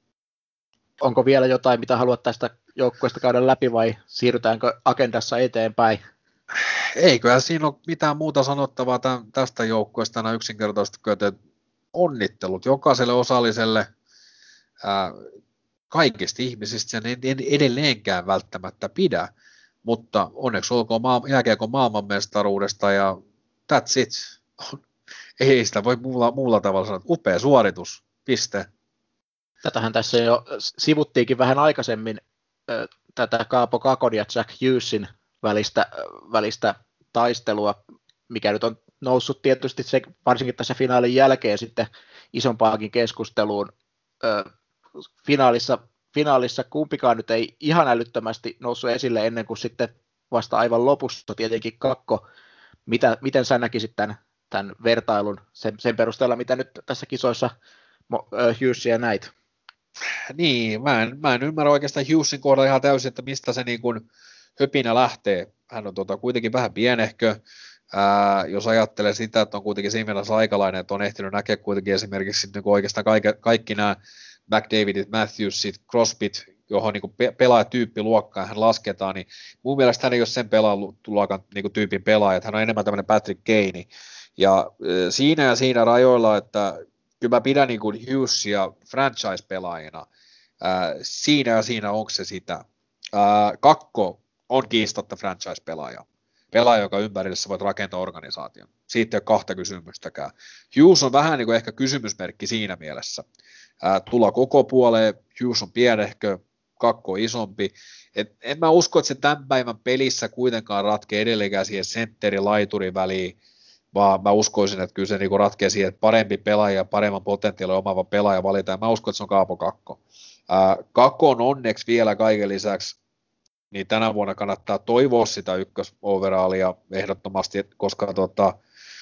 Speaker 1: Onko vielä jotain, mitä haluat tästä joukkueesta käydä läpi vai siirrytäänkö agendassa eteenpäin?
Speaker 2: Eiköhän siinä ole mitään muuta sanottavaa tämän, tästä joukkueesta enää yksinkertaisesti, että onnittelut jokaiselle osalliselle. Ää, kaikista ihmisistä sen en, en edelleenkään välttämättä pidä, mutta onneksi olkoon maa, jääkiekon maailmanmestaruudesta ja that's it. Ei sitä voi muulla, muulla tavalla sanoa. Upea suoritus, piste.
Speaker 1: Tätähän tässä jo sivuttiinkin vähän aikaisemmin tätä Kaapo Kakon ja Jack Hughesin välistä, välistä taistelua, mikä nyt on noussut tietysti se, varsinkin tässä finaalin jälkeen sitten isompaakin keskusteluun. Finaalissa, finaalissa kumpikaan nyt ei ihan älyttömästi noussut esille ennen kuin sitten vasta aivan lopussa tietenkin Kakko. Mitä, miten sä näkisit tämän, tämän vertailun sen, sen perusteella, mitä nyt tässä kisoissa Hughesia näit?
Speaker 2: Niin, mä en, mä en ymmärrä oikeastaan Hughesin kohdalla ihan täysin, että mistä se niin kuin höpinä lähtee. Hän on tota, kuitenkin vähän pienehkö, ää, jos ajattelee sitä, että on kuitenkin siinä mielessä aikalainen, että on ehtinyt näkeä kuitenkin esimerkiksi niin kuin oikeastaan kaikki, kaikki nämä McDavidit, Matthewsit, Crosbyt, johon niin pe- pelaajatyyppiluokkaan hän lasketaan, niin mun mielestä hän ei ole sen pelaajaluokan niin tyypin pelaaja, että hän on enemmän tämmöinen Patrick Kane. Ja e, siinä ja siinä rajoilla, että kyllä mä pidän niin kuin Hughesia franchise-pelaajina, ää, siinä ja siinä onko se sitä. Ää, Kakko on kiistatta franchise-pelaaja. Pelaaja, joka ympärillä voit rakentaa organisaation. Siitä ei ole kahta kysymystäkään. Hughes on vähän niin kuin ehkä kysymysmerkki siinä mielessä. Ää, tulla koko puoleen, Hughes on pienehkö, Kakko on isompi. Et en mä usko, että se tämän päivän pelissä kuitenkaan ratkee edelleenkään siihen sentteri-laiturin väliin, vaan mä uskoisin, että kyllä se niinku ratkee siihen, että parempi pelaaja ja paremman potentiaalin omaava pelaaja valitaan. Mä uskon, että se on Kaapo Kakko. Ää, Kakko on onneksi vielä kaiken lisäksi, niin tänä vuonna kannattaa toivoa sitä ykkösoveraalia ehdottomasti, koska tota,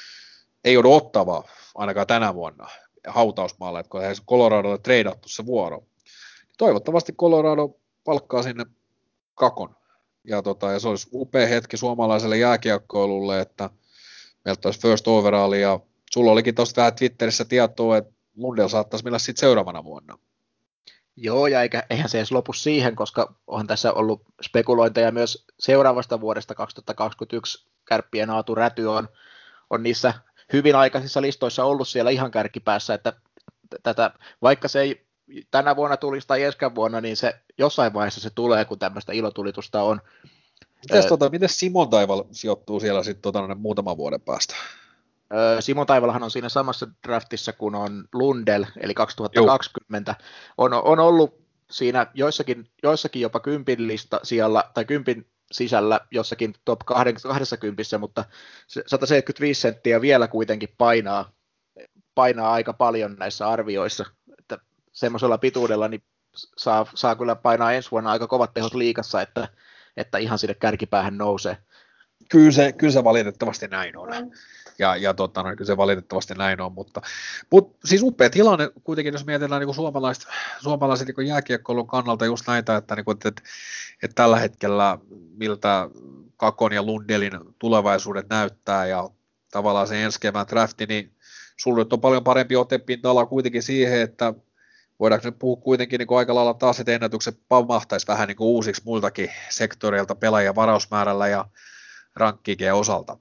Speaker 2: ei ole ottavaa ainakaan tänä vuonna hautausmaalla, että kun ei Coloradolle treidattu se vuoro. Toivottavasti Colorado palkkaa sinne Kakon. Ja, tota, ja se olisi upea hetki suomalaiselle jääkiekkoilulle, että meiltä olisi first overall, ja sulla olikin tuosta vähän Twitterissä tietoa, että Lundell saattaisi mennä sitten seuraavana vuonna.
Speaker 1: Joo, ja eikä, eihän se edes lopu siihen, koska onhan tässä ollut spekulointeja myös seuraavasta vuodesta kaksituhattakaksikymmentäyksi. Kärppien Aatu Räty on, on niissä hyvin aikaisissa listoissa ollut siellä ihan kärkipäässä, että tätä, vaikka se ei tänä vuonna tulisi tai ensi vuonna, niin se jossain vaiheessa se tulee, kun tämmöistä ilotulitusta on.
Speaker 2: Mites, tota, miten Simon Taival sijoittuu siellä sitten tota, muutaman vuoden päästä?
Speaker 1: Simon Taivalahan on siinä samassa draftissa kuin on Lundell, eli kaksituhattakaksikymmentä. On, on ollut siinä joissakin, joissakin jopa kympin lista siellä, tai kympin sisällä jossakin top kaksikymmentä, mutta sata seitsemänkymmentäviisi senttiä vielä kuitenkin painaa, painaa aika paljon näissä arvioissa. Että semmoisella pituudella niin saa, saa kyllä painaa ensi vuonna aika kovat tehot liigassa, että, että ihan sinne kärkipäähän nousee.
Speaker 2: Kyllä se, kyllä se valitettavasti näin on. Ja, ja tota, no, kyllä se valitettavasti näin on, mutta, mutta siis upea tilanne kuitenkin, jos mietitään niin suomalaiset, suomalaiset niin jääkiekkoilun kannalta just näitä, että, niin kuin, että, että, että tällä hetkellä miltä Kakon ja Lundellin tulevaisuudet näyttää ja tavallaan se ensi kevään drafti, niin sulla nyt on paljon parempi otepinta-ala kuitenkin siihen, että voidaanko nyt puhua kuitenkin niin kuin aika lailla taas, että ennätykset pamahtaisi vähän niin kuin uusiksi muiltakin sektoreilta pelaajia varausmäärällä ja rankkikeen osalta.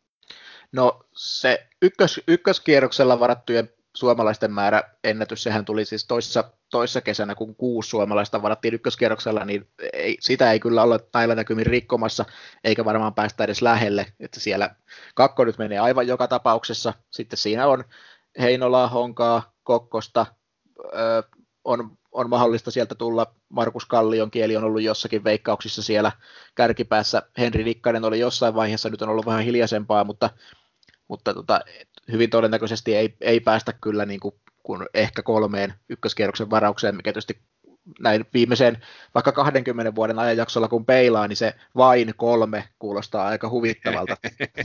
Speaker 1: No se ykkös, ykköskierroksella varattujen suomalaisten määrä ennätys, sehän tuli siis toissa, toissa kesänä, kun kuusi suomalaista varattiin ykköskierroksella, niin ei, sitä ei kyllä olla näillä näkymin rikkomassa, eikä varmaan päästä edes lähelle, että siellä Kakko nyt menee aivan joka tapauksessa, sitten siinä on Heinolaa, Honkaa, Kokkosta, öö, on, on mahdollista sieltä tulla, Markus Kallion kieli on ollut jossakin veikkauksissa siellä kärkipäässä, Henri Nikkanen oli jossain vaiheessa, nyt on ollut vähän hiljaisempaa, mutta mutta tota, hyvin todennäköisesti ei, ei päästä kyllä niin kuin, kun ehkä kolmeen ykköskierroksen varaukseen, mikä tietysti näin viimeiseen vaikka kahdenkymmenen vuoden ajanjaksolla kun peilaa, niin se vain kolme kuulostaa aika huvittavalta.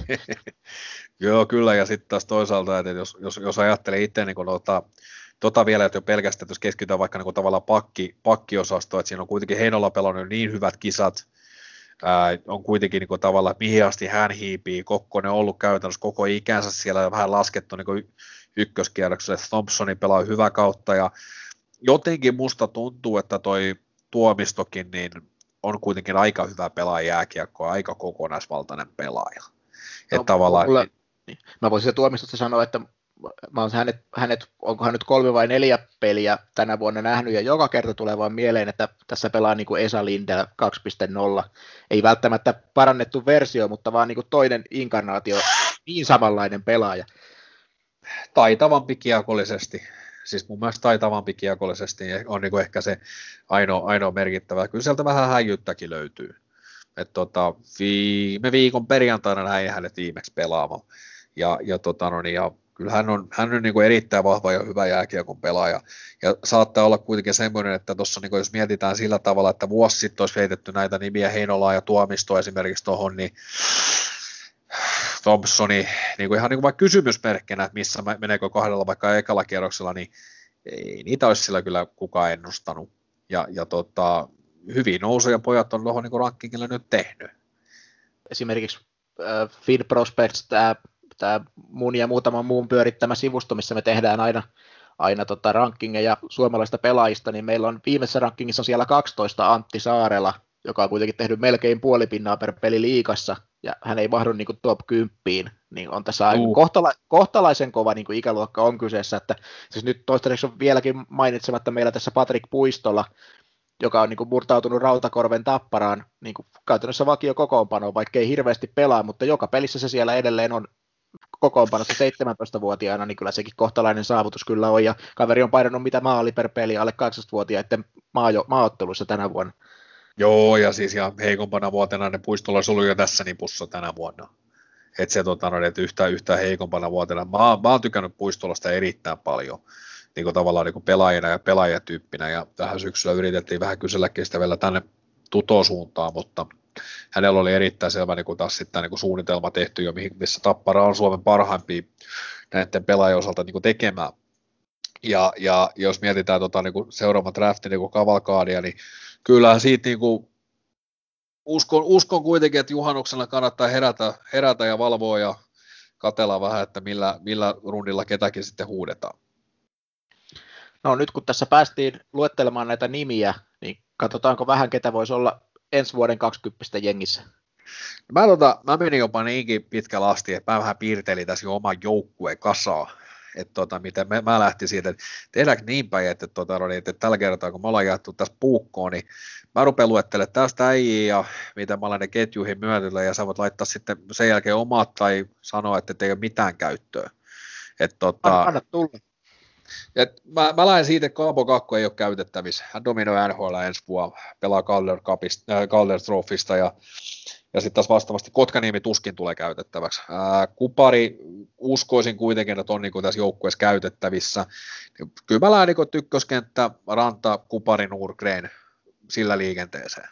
Speaker 2: Joo, kyllä, ja sitten taas toisaalta, että jos, jos, jos ajattelee itse niin tota, tota vielä, että jo pelkästään, että jos keskitytään vaikka niin tavallaan pakki, pakkiosastoon, että siinä on kuitenkin Heinola pelannut niin hyvät kisat, Ää, on kuitenkin niin kuin, tavallaan, mihin asti hän hiipii. Kokkonen on ollut käytännössä koko ikänsä siellä vähän laskettu niin ykköskierrokselle. Thompsoni pelaa hyvä kautta ja jotenkin musta tuntuu, että toi Tuomistokin, niin on kuitenkin aika hyvä pelaaja jääkiekkoa, aika kokonaisvaltainen pelaaja.
Speaker 1: No,
Speaker 2: että tavallaan,
Speaker 1: mulla, niin. Mä voisin se Tuomistosta sanoa, että mä oon hänet, hänet, onkohan nyt kolme vai neljä peliä tänä vuonna nähnyt, ja joka kerta tulee vaan mieleen, että tässä pelaa niin kuin Esa Lindell kaksi piste nolla. Ei välttämättä parannettu versio, mutta vaan niin kuin toinen inkarnaatio, niin samanlainen pelaaja.
Speaker 2: Taitavampi kiekollisesti. Siis mun mielestä taitavampi kiekollisesti on niin kuin ehkä se ainoa, ainoa merkittävä. Kyllä sieltä vähän häijyttäkin löytyy. Et tota, viime viikon perjantaina näin hänet viimeksi pelaamaan. Ja, ja, tota, no niin, ja kyllä hän on, hän on niin kuin erittäin vahva ja hyvä jääkiekon pelaaja. Ja saattaa olla kuitenkin semmoinen, että tuossa niin jos mietitään sillä tavalla, että vuosi sitten olisi heitetty näitä nimiä Heinolaa ja Tuomistoa esimerkiksi tuohon, niin Thompsoni niin kuin ihan niin kuin vaikka kysymysmerkkinä, että missä meneekö kahdella vaikka ekalla kierroksella, niin ei niitä olisi sillä kyllä kukaan ennustanut. Ja, ja tota, hyvin nousuja pojat on tuohon niin rankingille nyt tehnyt.
Speaker 1: Esimerkiksi äh, Feed Prospects, tämä tämä mun ja muutaman muun pyörittämä sivusto, missä me tehdään aina, aina tota rankingeja suomalaista pelaajista, niin meillä on viimeisessä rankingissa on siellä kaksitoista Antti Saarela, joka on kuitenkin tehnyt melkein puoli pinnaa per peli liigassa, ja hän ei mahdu niin kuin top kymmenen, niin on tässä uh. kohtala, kohtalaisen kova niin kuin ikäluokka on kyseessä, että siis nyt toistaiseksi on vieläkin mainitsematta meillä tässä Patrik Puistola, joka on niin kuin murtautunut Rautakorven Tapparaan niin kuin käytännössä vakio kokoonpanoon, vaikka ei hirveästi pelaa, mutta joka pelissä se siellä edelleen on kokoonpanossa seitsemäntoistavuotiaana, niin kyllä sekin kohtalainen saavutus kyllä on, ja kaveri on painanut mitä maali per peli alle kahdeksantoistavuotiaiden maajo- maaotteluissa tänä vuonna.
Speaker 2: Joo, ja siis ja heikompana vuotena ne Puistolla olisi ollut jo tässä nipussa tänä vuonna. Että se tota, no, että yhtään, yhtään heikompana vuotena. Mä, mä oon tykännyt Puistolasta erittäin paljon niin kuin tavallaan niin kuin pelaajana ja pelaajatyyppinä, ja tähän syksyllä yritettiin vähän kyselläkin sitä vielä tänne tutosuuntaan, mutta hänellä oli erittäin selvä niin kuin taas sitten niin kuin suunnitelma tehty jo, missä Tappara on Suomen parhaimpia näiden pelaajien osalta niin kuin tekemään. Ja, ja jos mietitään tota, niin kuin seuraavan draftin niin kuin kavalkaadia, niin kyllähän siitä niin kuin uskon, uskon kuitenkin, että juhannuksena kannattaa herätä, herätä ja valvoa ja katsella vähän, että millä, millä rundilla ketäkin sitten huudetaan.
Speaker 1: No nyt kun tässä päästiin luettelemaan näitä nimiä, niin katsotaanko vähän, ketä voisi olla ensi vuoden kaksikymmentä jengissä.
Speaker 2: Mä, tota, mä menin jopa niinkin pitkällä asti, että mä vähän piirtelin tässä jo oman joukkueen kasaa. Että tota, miten mä, mä lähtin siitä, että tehdäänkö niin päin, että, tota, että tällä kertaa kun me ollaan jaettu tässä puukkoon, niin mä rupean luettelemaan tästä äijiä ja miten mä olen ne ketjuihin myötyllä, ja sä voit laittaa sitten sen jälkeen omat tai sanoa, että ei ole mitään käyttöä. Et, tota,
Speaker 1: Anna tulla.
Speaker 2: Et mä, mä lähden siitä, että Kaapo Kakko ei ole käytettävissä. Hän dominoi N H L ensi vuonna, pelaa Calder, Cupista, äh, Calder Trophysta, ja, ja sitten taas vastaavasti Kotkaniemi tuskin tulee käytettäväksi. Ää, Kupari uskoisin kuitenkin, että on niin tässä joukkueessa käytettävissä. Kyllä mä lähden niin ykköskenttä, Ranta, Kupari, Nurgren sillä liikenteeseen.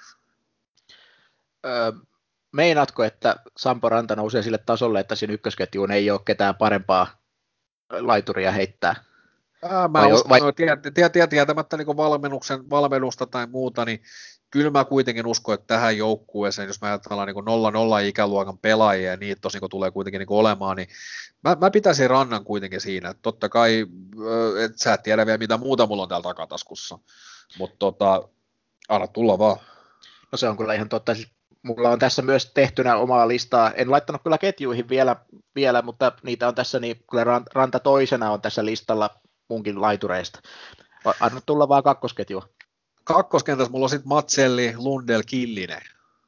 Speaker 1: Öö, meinaatko, että Sampo Ranta nousee sille tasolle, että siinä ykkösketjuun ei ole ketään parempaa laituria heittää?
Speaker 2: Ää, mä uskon, vai... no, tietämättä niin valmennuksen, valmennusta tai muuta, niin kyllä mä kuitenkin uskon, että tähän joukkueeseen, jos mä ajatellaan niin nolla nolla ikäluokan pelaajia, ja niitä tosin kun tulee kuitenkin niin olemaan, niin mä, mä pitäisin Rannan kuitenkin siinä. Totta kai, et sä et tiedä vielä mitä muuta mulla on täällä takataskussa, mutta tota, anna tulla vaan.
Speaker 1: No se on kyllä ihan totta. Mulla on tässä myös tehtynä omaa listaa. En laittanut kyllä ketjuihin vielä, vielä mutta niitä on tässä, niin kyllä Ranta toisena on tässä listalla munkin laitureista. Anna tulla vaan kakkosketjua.
Speaker 2: Kakkoskentässä mulla on sitten Matselli, Lundell, Killinen.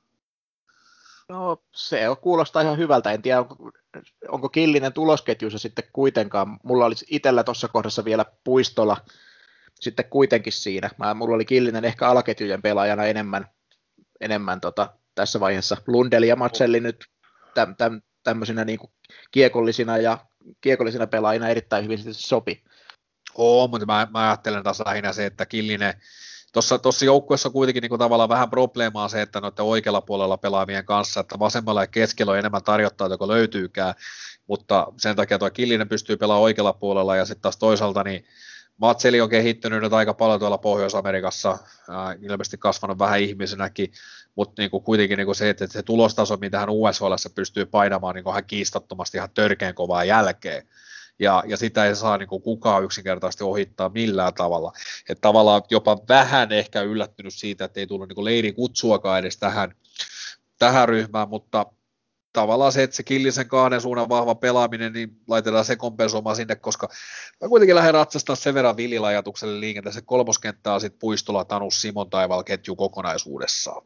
Speaker 1: No se kuulostaa ihan hyvältä. En tiedä, onko, onko Killinen tulosketjussa sitten kuitenkaan. Mulla olisi itsellä tuossa kohdassa vielä Puistola sitten kuitenkin siinä. Mä, mulla oli Killinen ehkä alaketjujen pelaajana enemmän, enemmän tota, tässä vaiheessa. Lundell ja Matselli nyt täm, täm, tämmöisinä niin kuin kiekollisina ja kiekollisina pelaajina erittäin hyvin sitten sopi.
Speaker 2: Oo, mutta mä, mä ajattelen taas lähinnä se, että Killinen, tuossa joukkueessa on kuitenkin niin kuin tavallaan vähän probleemaa se, että noiden oikealla puolella pelaavien kanssa, että vasemmalla ja keskellä on enemmän tarjottaa, joko löytyykään, mutta sen takia tuo Killinen pystyy pelaamaan oikealla puolella, ja sitten taas toisaalta niin Matseli on kehittynyt nyt aika paljon tuolla Pohjois-Amerikassa, ää, ilmeisesti kasvanut vähän ihmisenäkin, mutta niinku kuitenkin niinku se, että se tulostaso, mitä hän U S H:ssä pystyy painamaan, niin hän kiistattomasti ihan törkeän kovaa jälkeen. ja, ja sitä ei saa niin kuin kukaan yksinkertaisesti ohittaa millään tavalla. Että tavallaan jopa vähän ehkä yllättynyt siitä, että ei tullut niin kuin leirin kutsuakaan edes tähän, tähän ryhmään, mutta tavallaan se, että se Killisen kahden suunnan vahva pelaaminen, niin laitetaan se kompensoimaan sinne, koska mä kuitenkin lähden ratsastaa sen verran Villillä ajatukselle liikenteen, se kolmoskenttä on sitten Puistola, Tanus, Simon Taival ketju kokonaisuudessaan.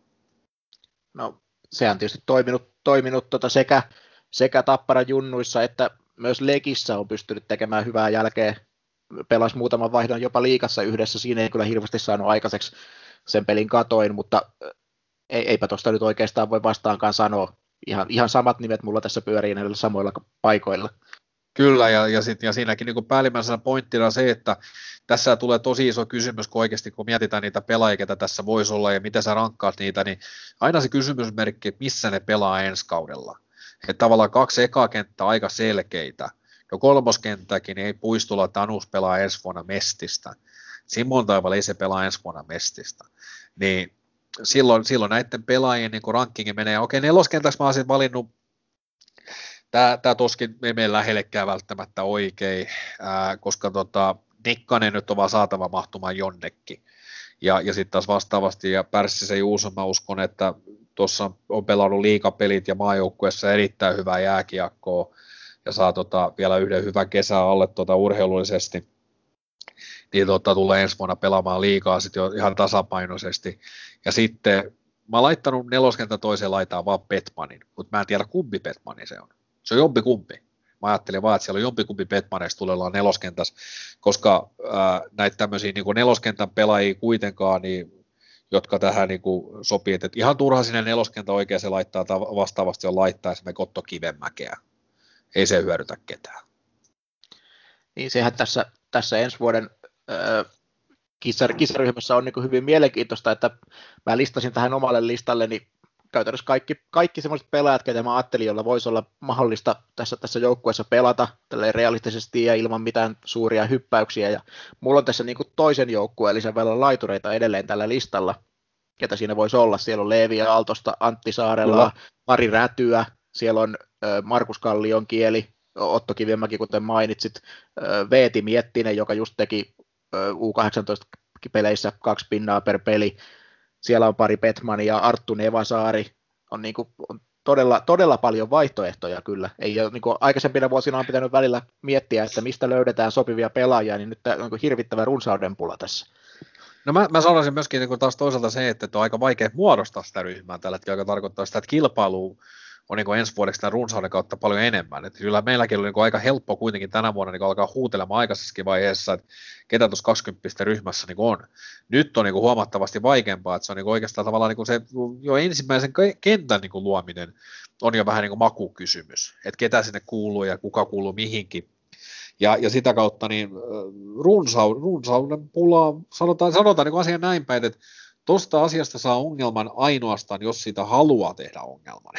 Speaker 1: No sehän tietysti toiminut, toiminut tota sekä, sekä Tapparan junnuissa että myös Legissä on pystynyt tekemään hyvää jälkeä, pelasi muutaman vaihdon jopa liigassa yhdessä, siinä ei kyllä hirveästi saanut aikaiseksi, sen pelin katoin, mutta eipä tuosta nyt oikeastaan voi vastaankaan sanoa. Ihan, ihan samat nimet mulla tässä pyörii näillä samoilla paikoilla.
Speaker 2: Kyllä, ja, ja, sit, ja siinäkin niin päällimmäisenä pointtina se, että tässä tulee tosi iso kysymys, kun oikeasti kun mietitään niitä pelaajia, ketä tässä voisi olla ja miten sä rankkaat niitä, niin aina se kysymysmerkki, että missä ne pelaa ensi kaudella. Että tavallaan kaksi ekaa kenttää aika selkeitä. No kolmoskenttäkin niin ei Puistola, Tanus pelaa ensi vuonna Mestistä. Simon Taival ei se pelaa ensi vuonna Mestistä. Niin silloin, silloin näiden pelaajien niin rankingi menee, okei neloskentäksi mä olisin valinnut, tämä, tämä toskin ei mene lähellekään välttämättä oikein, ää, koska tota, Nikkanen nyt on vaan saatava mahtumaan jonnekin. Ja, ja sitten taas vastaavasti, ja Pärssisen Juuso, mä uskon, että tuossa on pelannut liigapelit ja maajoukkueessa erittäin hyvää jääkiekkoa, ja saa tota, vielä yhden hyvän kesän alle tota, urheilullisesti, niin tota, tulee ensi vuonna pelaamaan liigaa sitten jo ihan tasapainoisesti. Ja sitten mä oon laittanut neloskentän toiseen laitaan vaan Petmanin, mutta mä en tiedä kumpi Petmani se on. Se on jompikumpi. Mä ajattelin vaan, että siellä on jompikumpi Petmaneista tulee olla neloskentässä, koska ää, näitä tämmöisiä niin kuin neloskentän pelaajia kuitenkaan, niin, jotka tähän niin kuin sopii, että ihan turha sinne neloskentän oikein se laittaa, vastaavasti on laittaa esimerkiksi Otto Kivenmäkeä. Ei se hyödytä ketään.
Speaker 1: Niin sehän tässä, tässä ensi vuoden äh, kisar, kisaryhmässä on niin kuin hyvin mielenkiintoista, että mä listasin tähän omalle listalleni käytännössä kaikki, kaikki sellaiset pelaajat, ketä mä ajattelin, joilla voisi olla mahdollista tässä, tässä joukkueessa pelata realistisesti ja ilman mitään suuria hyppäyksiä. Ja mulla on tässä niin kuin toisen joukkueen lisävälän laitureita edelleen tällä listalla, ketä siinä voisi olla. Siellä on Leevi ja Aaltosta, Antti Saarella, Mari Rätyä, siellä on Markus Kallion kieli, Otto Kivimäki, kuten mainitsit, Veeti Miettinen, joka just teki U kahdeksantoista-peleissä kaksi pinnaa per peli. Siellä on pari Petmania ja Arttu Nevasaari. On, niin kuin, on todella, todella paljon vaihtoehtoja kyllä. Ei ole, niin kuin aikaisempina vuosina on pitänyt välillä miettiä, että mistä löydetään sopivia pelaajia, niin nyt tämä on niin hirvittävä runsauden pula tässä.
Speaker 2: No mä, mä sanoisin myöskin niin taas toisaalta se, että on aika vaikea muodostaa sitä ryhmää tällä hetkellä, joka tarkoittaa sitä, että kilpailu on niin ensi vuodeksi tämän runsauden kautta paljon enemmän. Että kyllä meilläkin oli niin aika helppo kuitenkin tänä vuonna niin alkaa huutelemaan aikaisessakin vaiheessa, että ketä tuossa kaksikymmentä ryhmässä niin on. Nyt on niin huomattavasti vaikeampaa, että se on niin oikeastaan tavallaan niin se jo ensimmäisen kentän niin luominen on jo vähän niin makukysymys, että ketä sinne kuuluu ja kuka kuuluu mihinkin. Ja, ja sitä kautta niin runsauden, runsauden pulaa, sanotaan, sanotaan niin asian näin päin, että tuosta asiasta saa ongelman ainoastaan, jos siitä haluaa tehdä ongelman.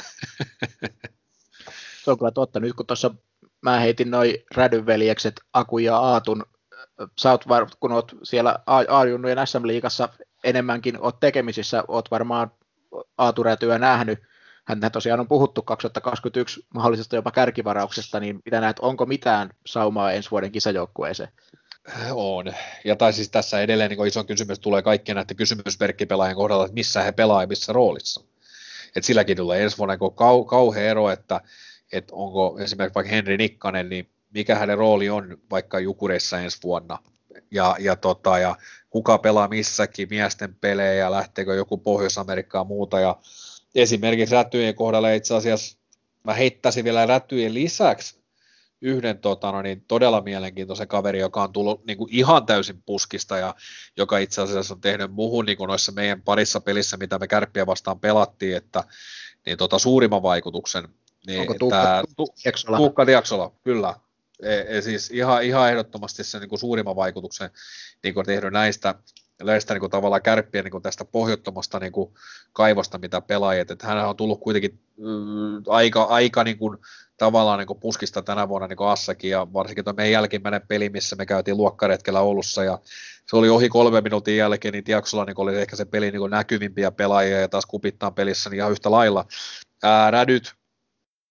Speaker 1: Se on kyllä totta. Nyt kun tuossa mä heitin noi Rädynveljekset, Aku ja Aatun, sä oot var, kun oot siellä A-junnujen S M-liigassa enemmänkin oot tekemisissä, oot varmaan Aatu Rätyä nähnyt. Hänhän tosiaan on puhuttu kaksituhattakaksikymmentäyksi mahdollisesta jopa kärkivarauksesta, niin mitä näet, onko mitään saumaa ensi vuoden kisajoukkueeseen?
Speaker 2: On. Ja tai siis tässä edelleen niin iso kysymys tulee kaikkien näiden kysymysmerkkipelaajien kohdalla, että missä he pelaa ja missä roolissa. Et silläkin tulee ensi vuonna niin kau, kauhea ero, että, että onko esimerkiksi vaikka Henri Nikkanen, niin mikä hänen rooli on vaikka Jukureissa ensi vuonna. Ja, ja, tota, ja kuka pelaa missäkin miesten pelejä, lähteekö joku Pohjois-Amerikkaan muuta. Ja esimerkiksi Rätyjen kohdalla itse asiassa mä heittäisin vielä Rätyjen lisäksi yhden tota, no niin, todella mielenkiintoisen kaveri, joka on tullut niin kuin ihan täysin puskista ja joka itse asiassa on tehnyt muuhun niin kuin noissa meidän parissa pelissä, mitä me Kärppiä vastaan pelattiin, että niin, tota, suurimman vaikutuksen. Niin,
Speaker 1: onko Tuukka Diaksola?
Speaker 2: Tuukka Diaksola, kyllä. E, e, siis ihan, ihan ehdottomasti se niin kuin suurimman vaikutuksen niin kuin tehnyt näistä, näistä niin kuin tavallaan Kärppiä niin kuin tästä pohjattomasta niin kuin kaivosta, mitä pelaajat, että hän on tullut kuitenkin mm, aika, aika niin kuin, tavallaan niin kuin puskista tänä vuonna niin kuin Assakin, ja varsinkin tuo meidän jälkimmäinen peli, missä me käytiin luokkaretkellä Oulussa, ja se oli ohi kolme minuutin jälkeen, niin Diaksola niin oli ehkä se pelin niin kuin näkyvimpiä pelaajia, ja taas Kupittaan pelissä niin ihan yhtä lailla. Ää, Rädyt,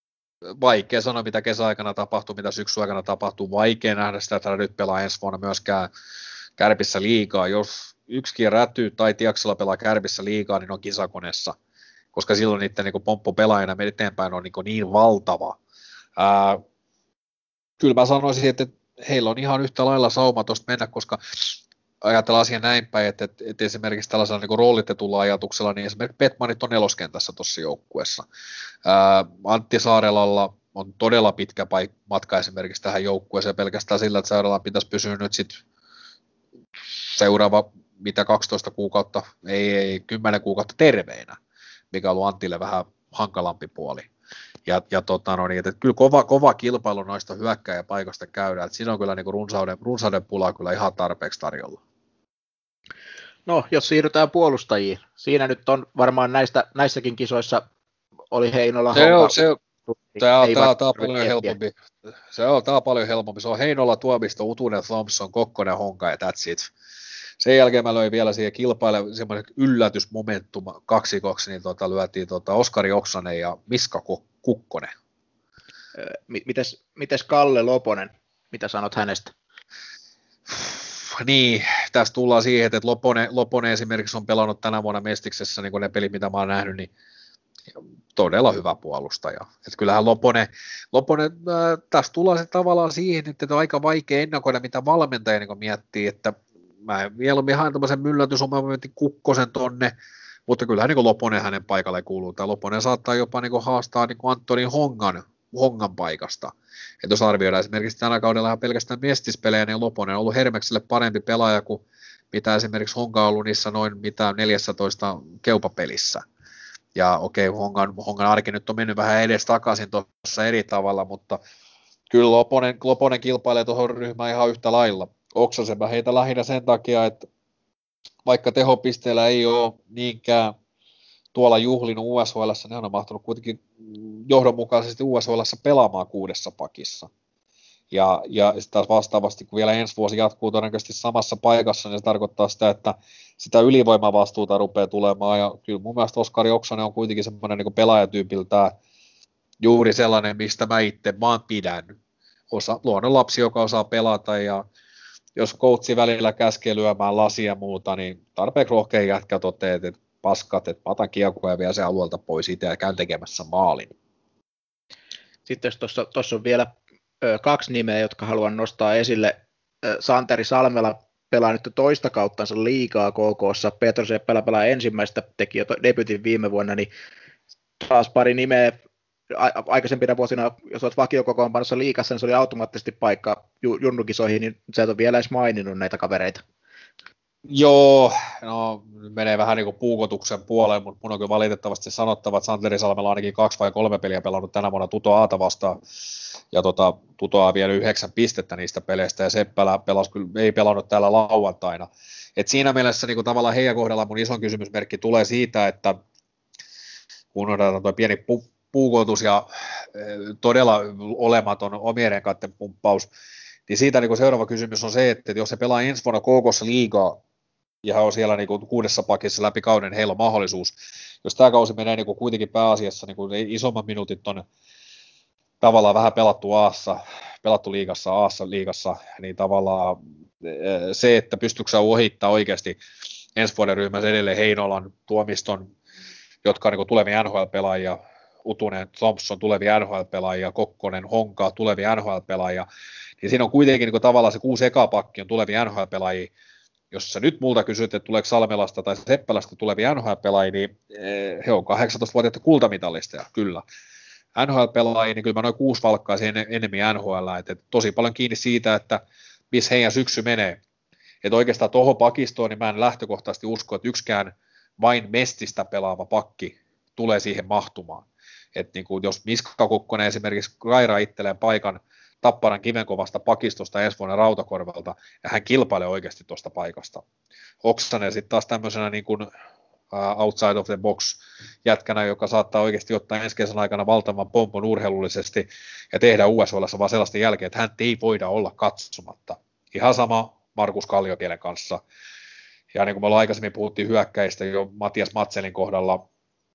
Speaker 2: vaikea sanoa, mitä kesäaikana tapahtuu, mitä syksyaikana tapahtuu, vaikea nähdä sitä, että nyt pelaa ensi vuonna myöskään Kärpissä liigaa. Jos yksikin räty tai Tiaksella pelaa Kärpissä liigaa, niin on kisakoneessa, koska silloin niiden niin pomppo pelaajana eteenpäin on niin, niin valtava. Ää, kyllä mä sanoisin, että heillä on ihan yhtä lailla sauma tuosta mennä, koska ajatellaan asiaa näin päin, että, että, että esimerkiksi tällaisella niin roolitetulla ajatuksella, niin esimerkiksi Petmanit on neloskentässä tuossa joukkueessa. Ää, Antti Saarelalla on todella pitkä paik- matka esimerkiksi tähän joukkueeseen pelkästään sillä, että Saarella pitäisi pysyä nyt sitten seuraava mitä kaksitoista kuukautta, ei, ei kymmenen kuukautta terveinä, mikä on ollut Antille vähän hankalampi puoli. Ja, ja tota, no niin, että kyllä kova, kova kilpailu noista hyökkääjäpaikoista käydään, että siinä on kyllä niin kuin runsauden, runsauden pulaa kyllä ihan tarpeeksi tarjolla.
Speaker 1: No, jos siirrytään puolustajiin, siinä nyt on varmaan näistä, näissäkin kisoissa oli Heinola.
Speaker 2: Se
Speaker 1: Honka,
Speaker 2: on, se on, tämä on, tämä on, tämä on paljon
Speaker 1: miettiä.
Speaker 2: helpompi. Se on, tämä on paljon helpompi. Se on Heinola, Tuomisto, Utunen, Thompson, Kokkonen, Honka ja that's it. Sen jälkeen mä löin vielä siihen kilpaille semmoinen yllätysmomentum kaksikoksi, niin tota, lyötiin tota Oskari Oksanen ja Miska Kukkonen.
Speaker 1: Mites, mites Kalle Loponen, mitä sanot hänestä?
Speaker 2: Niin, tässä tullaan siihen, että Loponen, Loponen esimerkiksi on pelannut tänä vuonna Mestiksessä, niin kuin ne pelit, mitä mä oon nähnyt, niin todella hyvä puolustaja. Että kyllähän Loponen, Loponen äh, tässä tullaan se tavallaan siihen, että on aika vaikea ennakoida, mitä valmentaja niin miettii, että mä mieluummin haen tämmöisen myllätysomomentin Kukkosen tonne, mutta kyllähän niin Loponen hänen paikalle kuuluu. Tai Loponen saattaa jopa niin haastaa niin Antoni Hongan, Hongan paikasta. Et jos arvioidaan esimerkiksi tänä kaudella ihan pelkästään mestispelejä, niin Loponen on ollut Hermekselle parempi pelaaja kuin mitä esimerkiksi Honka on ollut niissä noin mitä neljätoista keupapelissä. Ja okei, okay, Hongan, Hongan arki nyt on mennyt vähän edes takaisin tuossa eri tavalla, mutta kyllä Loponen, Loponen kilpailee tuohon ryhmään ihan yhtä lailla. Oksasen mä heitä lähinnä sen takia, että vaikka tehopisteellä ei ole niinkään tuolla juhlinut U S H L:ssä, ne on mahtunut kuitenkin johdonmukaisesti U S H L:ssä pelaamaan kuudessa pakissa. Ja, ja sitten taas vastaavasti, kun vielä ensi vuosi jatkuu todennäköisesti samassa paikassa, niin se tarkoittaa sitä, että sitä ylivoimavastuuta rupeaa tulemaan. Ja kyllä mun mielestä Oskari Oksanen on kuitenkin semmoinen niin kuin pelaajatyypiltään juuri sellainen, mistä mä itse vaan pidän. Osa, luonnon lapsi, joka osaa pelata, ja jos coachi välillä käskee lyömään lasia ja muuta, niin tarpeeksi rohkea jätkä toteaa, että paskat, että mä otan kiekkoa ja vie sen alueelta pois itse ja käyn tekemässä maalin.
Speaker 1: Sitten jos tuossa on vielä ö, kaksi nimeä, jotka haluan nostaa esille. Ö, Santeri Salmela pelaa nyt toista kauttansa liigaa K K:ssa. Petro Seppälä pelaa ensimmäistä, teki jo debytin viime vuonna, niin taas pari nimeä. Aikaisempina vuosina, jos olet vakiokokoonpanossa liigassa, niin se oli automaattisesti paikka junnukisoihin, niin sä et ole vielä edes maininnut näitä kavereita.
Speaker 2: Joo, no menee vähän niin kuin puukotuksen puoleen, mutta mun on kyllä valitettavasti sanottava, että Santeri Salmela on ainakin kaksi vai kolme peliä pelannut tänä vuonna Tuto Aata vastaan, ja tota, Tutoa vielä yhdeksän pistettä niistä peleistä, ja Seppälä pelasi, kyllä, ei pelannut täällä lauantaina. Et siinä mielessä niin kuin tavallaan heidän kohdalla mun ison kysymysmerkki tulee siitä, että kun otetaan tuo pieni pu- puukotus ja todella olematon omien renkaiden pumppaus, niin siitä niin kuin seuraava kysymys on se, että jos se pelaa ensi vuonna K K:ssa liigaa, ja on siellä niin kuin kuudessa pakissa läpi kauden, heillä on mahdollisuus. Jos tämä kausi menee niin kuin kuitenkin pääasiassa, niin kuin isommat minuutit on tavallaan vähän pelattu Aassa, pelattu liigassa, Aassa liigassa, niin tavallaan se, että pystyykö sä ohittaa oikeasti ensi vuoden ryhmässä edelleen Heinolan, Tuomiston, jotka on niin kuin tulevia N H L-pelaajia, Utunen, Thompson, tulevia N H L-pelaajia, Kokkonen, Honka, tulevia N H L-pelaajia, niin siinä on kuitenkin niin kuin tavallaan se kuusi ekapakki on tulevia N H L-pelaajia. Jos sä nyt multa kysyt, että tuleeko Salmelasta tai Seppälästä tulevia N H L-pelaajia, niin he on kahdeksantoistavuotiaita kultamitalisteja, kyllä. N H L-pelaajia, niin kyllä mä noin kuusi valkkaisin en, enemmän N H L, että tosi paljon kiinni siitä, että missä heidän syksy menee. Että oikeastaan tuohon pakistoon, niin mä en lähtökohtaisesti usko, että yksikään vain mestistä pelaava pakki tulee siihen mahtumaan. Että niin kuin jos Miska Kukkonen esimerkiksi rairaa itselleen paikan Tapparan kivenkovasta pakistosta ensi vuonna Rautakorvalta, ja hän kilpailee oikeasti tuosta paikasta. Oksanen sitten taas tämmöisenä niin kuin outside of the box jätkänä, joka saattaa oikeasti ottaa ensi kesän aikana valtavan pompon urheilullisesti ja tehdä U S H:ssä vaan sellaisten jälkeen, että hän ei voida olla katsomatta. Ihan sama Markus Kalliokielen kanssa. Ja niin kuin me ollaan aikaisemmin puhuttiin hyökkäistä jo Matias Matselin kohdalla,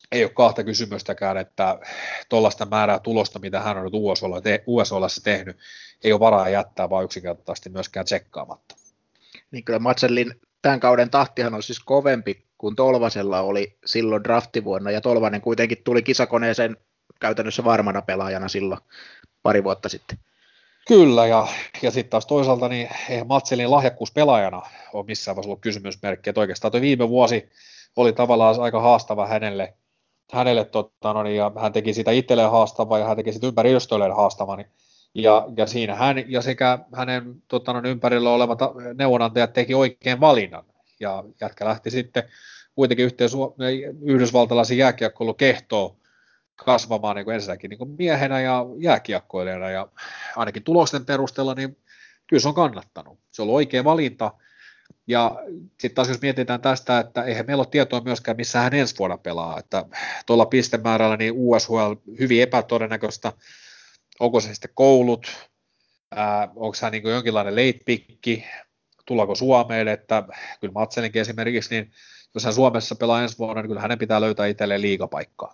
Speaker 2: ei ole kahta kysymystäkään, että tuollaista määrää tulosta, mitä hän on nyt U S O:ssa tehnyt, ei ole varaa jättää vaan yksinkertaisesti myöskään tsekkaamatta.
Speaker 1: Niin kyllä Matsellin tämän kauden tahtihan on siis kovempi kuin Tolvasella oli silloin draftivuonna, ja Tolvanen kuitenkin tuli kisakoneeseen käytännössä varmana pelaajana silloin pari vuotta sitten.
Speaker 2: Kyllä, ja, ja sitten taas toisaalta niin eihän Matselin lahjakkuus pelaajana ole missään vaiheessa ollut kysymysmerkki, että oikeastaan tuo viime vuosi oli tavallaan aika haastava hänelle, hänelle totta, no niin, ja hän teki sitä itselleen haastavaa, ja hän teki sitä ympäristölle haastavaa, niin, ja, ja siinä hän ja sekä hänen totta, no, ympärillä olevat neuvonantajat teki oikein valinnan, ja jätkä lähti sitten kuitenkin yhteen yhdysvaltalaisen jääkiekkoilun kehtoon kasvamaan niin kuin ensinnäkin niin kuin miehenä ja jääkiekkoilijana, ja ainakin tulosten perusteella, niin kyllä se on kannattanut. Se on ollut oikea valinta, ja sitten taas jos mietitään tästä, että eihän meillä ole tietoa myöskään, missä hän ensi vuonna pelaa, että tuolla pistemäärällä niin U S H L hyvin epätodennäköistä, onko se sitten koulut, ää, onko hän niin kuin jonkinlainen late pick, tullaanko Suomeen, että kyllä Matselinkin esimerkiksi, niin jos hän Suomessa pelaa ensi vuonna, niin kyllä hänen pitää löytää itselleen liigapaikkaa.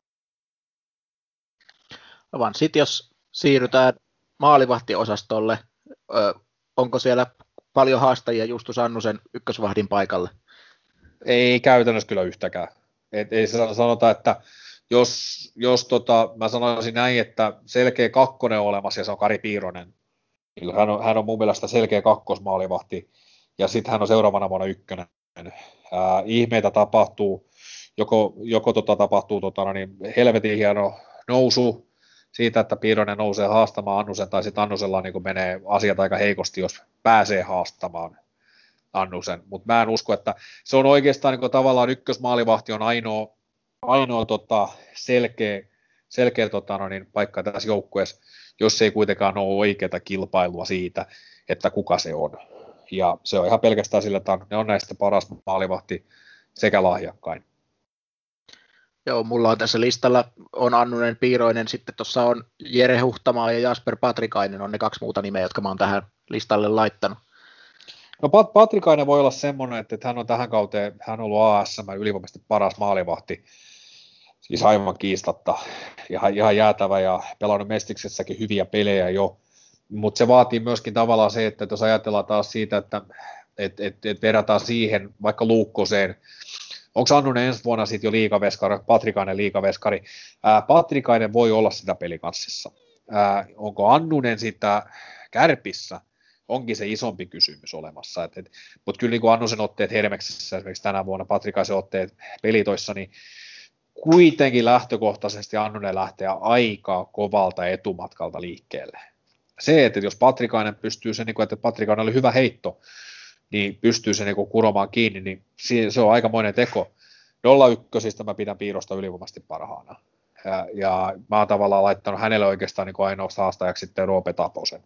Speaker 1: Vaan sitten jos siirrytään maalivahtiosastolle, ö, onko siellä paljon haastajia Justus Annusen ykkösvahdin paikalle?
Speaker 2: Ei käytännössä kyllä yhtäkään. Et ei sanota, että jos, jos tota, mä sanoisin näin, että selkeä kakkonen on olemassa ja se on Kari Piironen. Hän on, hän on mun mielestä selkeä kakkosmaalivahti ja sitten hän on seuraavana vuonna ykkönen. Ää, ihmeitä tapahtuu, joko, joko tota, tapahtuu tota, niin helvetin hieno nousu siitä, että Piironen nousee haastamaan Annusen, tai sitten Annusella niin menee asiat aika heikosti, jos pääsee haastamaan Annusen. Mutta mä en usko, että se on oikeastaan niin tavallaan ykkösmaalivahti on ainoa, ainoa tota, selkeä, selkeä tota, no niin, paikka tässä joukkueessa, jos ei kuitenkaan ole oikeaa kilpailua siitä, että kuka se on. Ja se on ihan pelkästään sillä, että ne on näistä paras maalivahti sekä lahjakkain.
Speaker 1: Joo, mulla on tässä listalla on Annunen, Piiroinen, sitten tuossa on Jere Huhtamaa ja Jasper Patrikainen, on ne kaksi muuta nimeä, jotka mä oon tähän listalle laittanut.
Speaker 2: No Pat- Patrikainen voi olla semmoinen, että hän on tähän kauteen, hän on ollut A S M ylivoimaisesti paras maalivahti, siis aivan kiistatta, ihan, ihan jäätävä ja pelannut Mestiksessäkin hyviä pelejä jo, mutta se vaatii myöskin tavallaan se, että jos ajatellaan taas siitä, että et, et, et verrataan siihen vaikka Luukkoseen, onko Annunen ensi vuonna sitten jo liigaveskari, Patrikainen liigaveskari? Ää, Patrikainen voi olla sitä pelikanssissa. Ää, onko Annunen sitä Kärpissä? Onkin se isompi kysymys olemassa. Mutta kyllä niin kuin Annusen otteet Hermeksessä esimerkiksi tänä vuonna, Patrikaisen otteet pelitoissa, niin kuitenkin lähtökohtaisesti Annunen lähtee aika kovalta etumatkalta liikkeelle. Se, että jos Patrikainen pystyy se, että Patrikainen oli hyvä heitto, niin pystyy se niinku kuromaan kiinni, niin se on aikamoinen teko. nolla yksi mä pidän Piirosta ylivoimasti parhaana. Ja, ja mä oon tavallaan laittanut hänelle oikeastaan niin ainoastaan haastajaksi sitten Roope Taposen.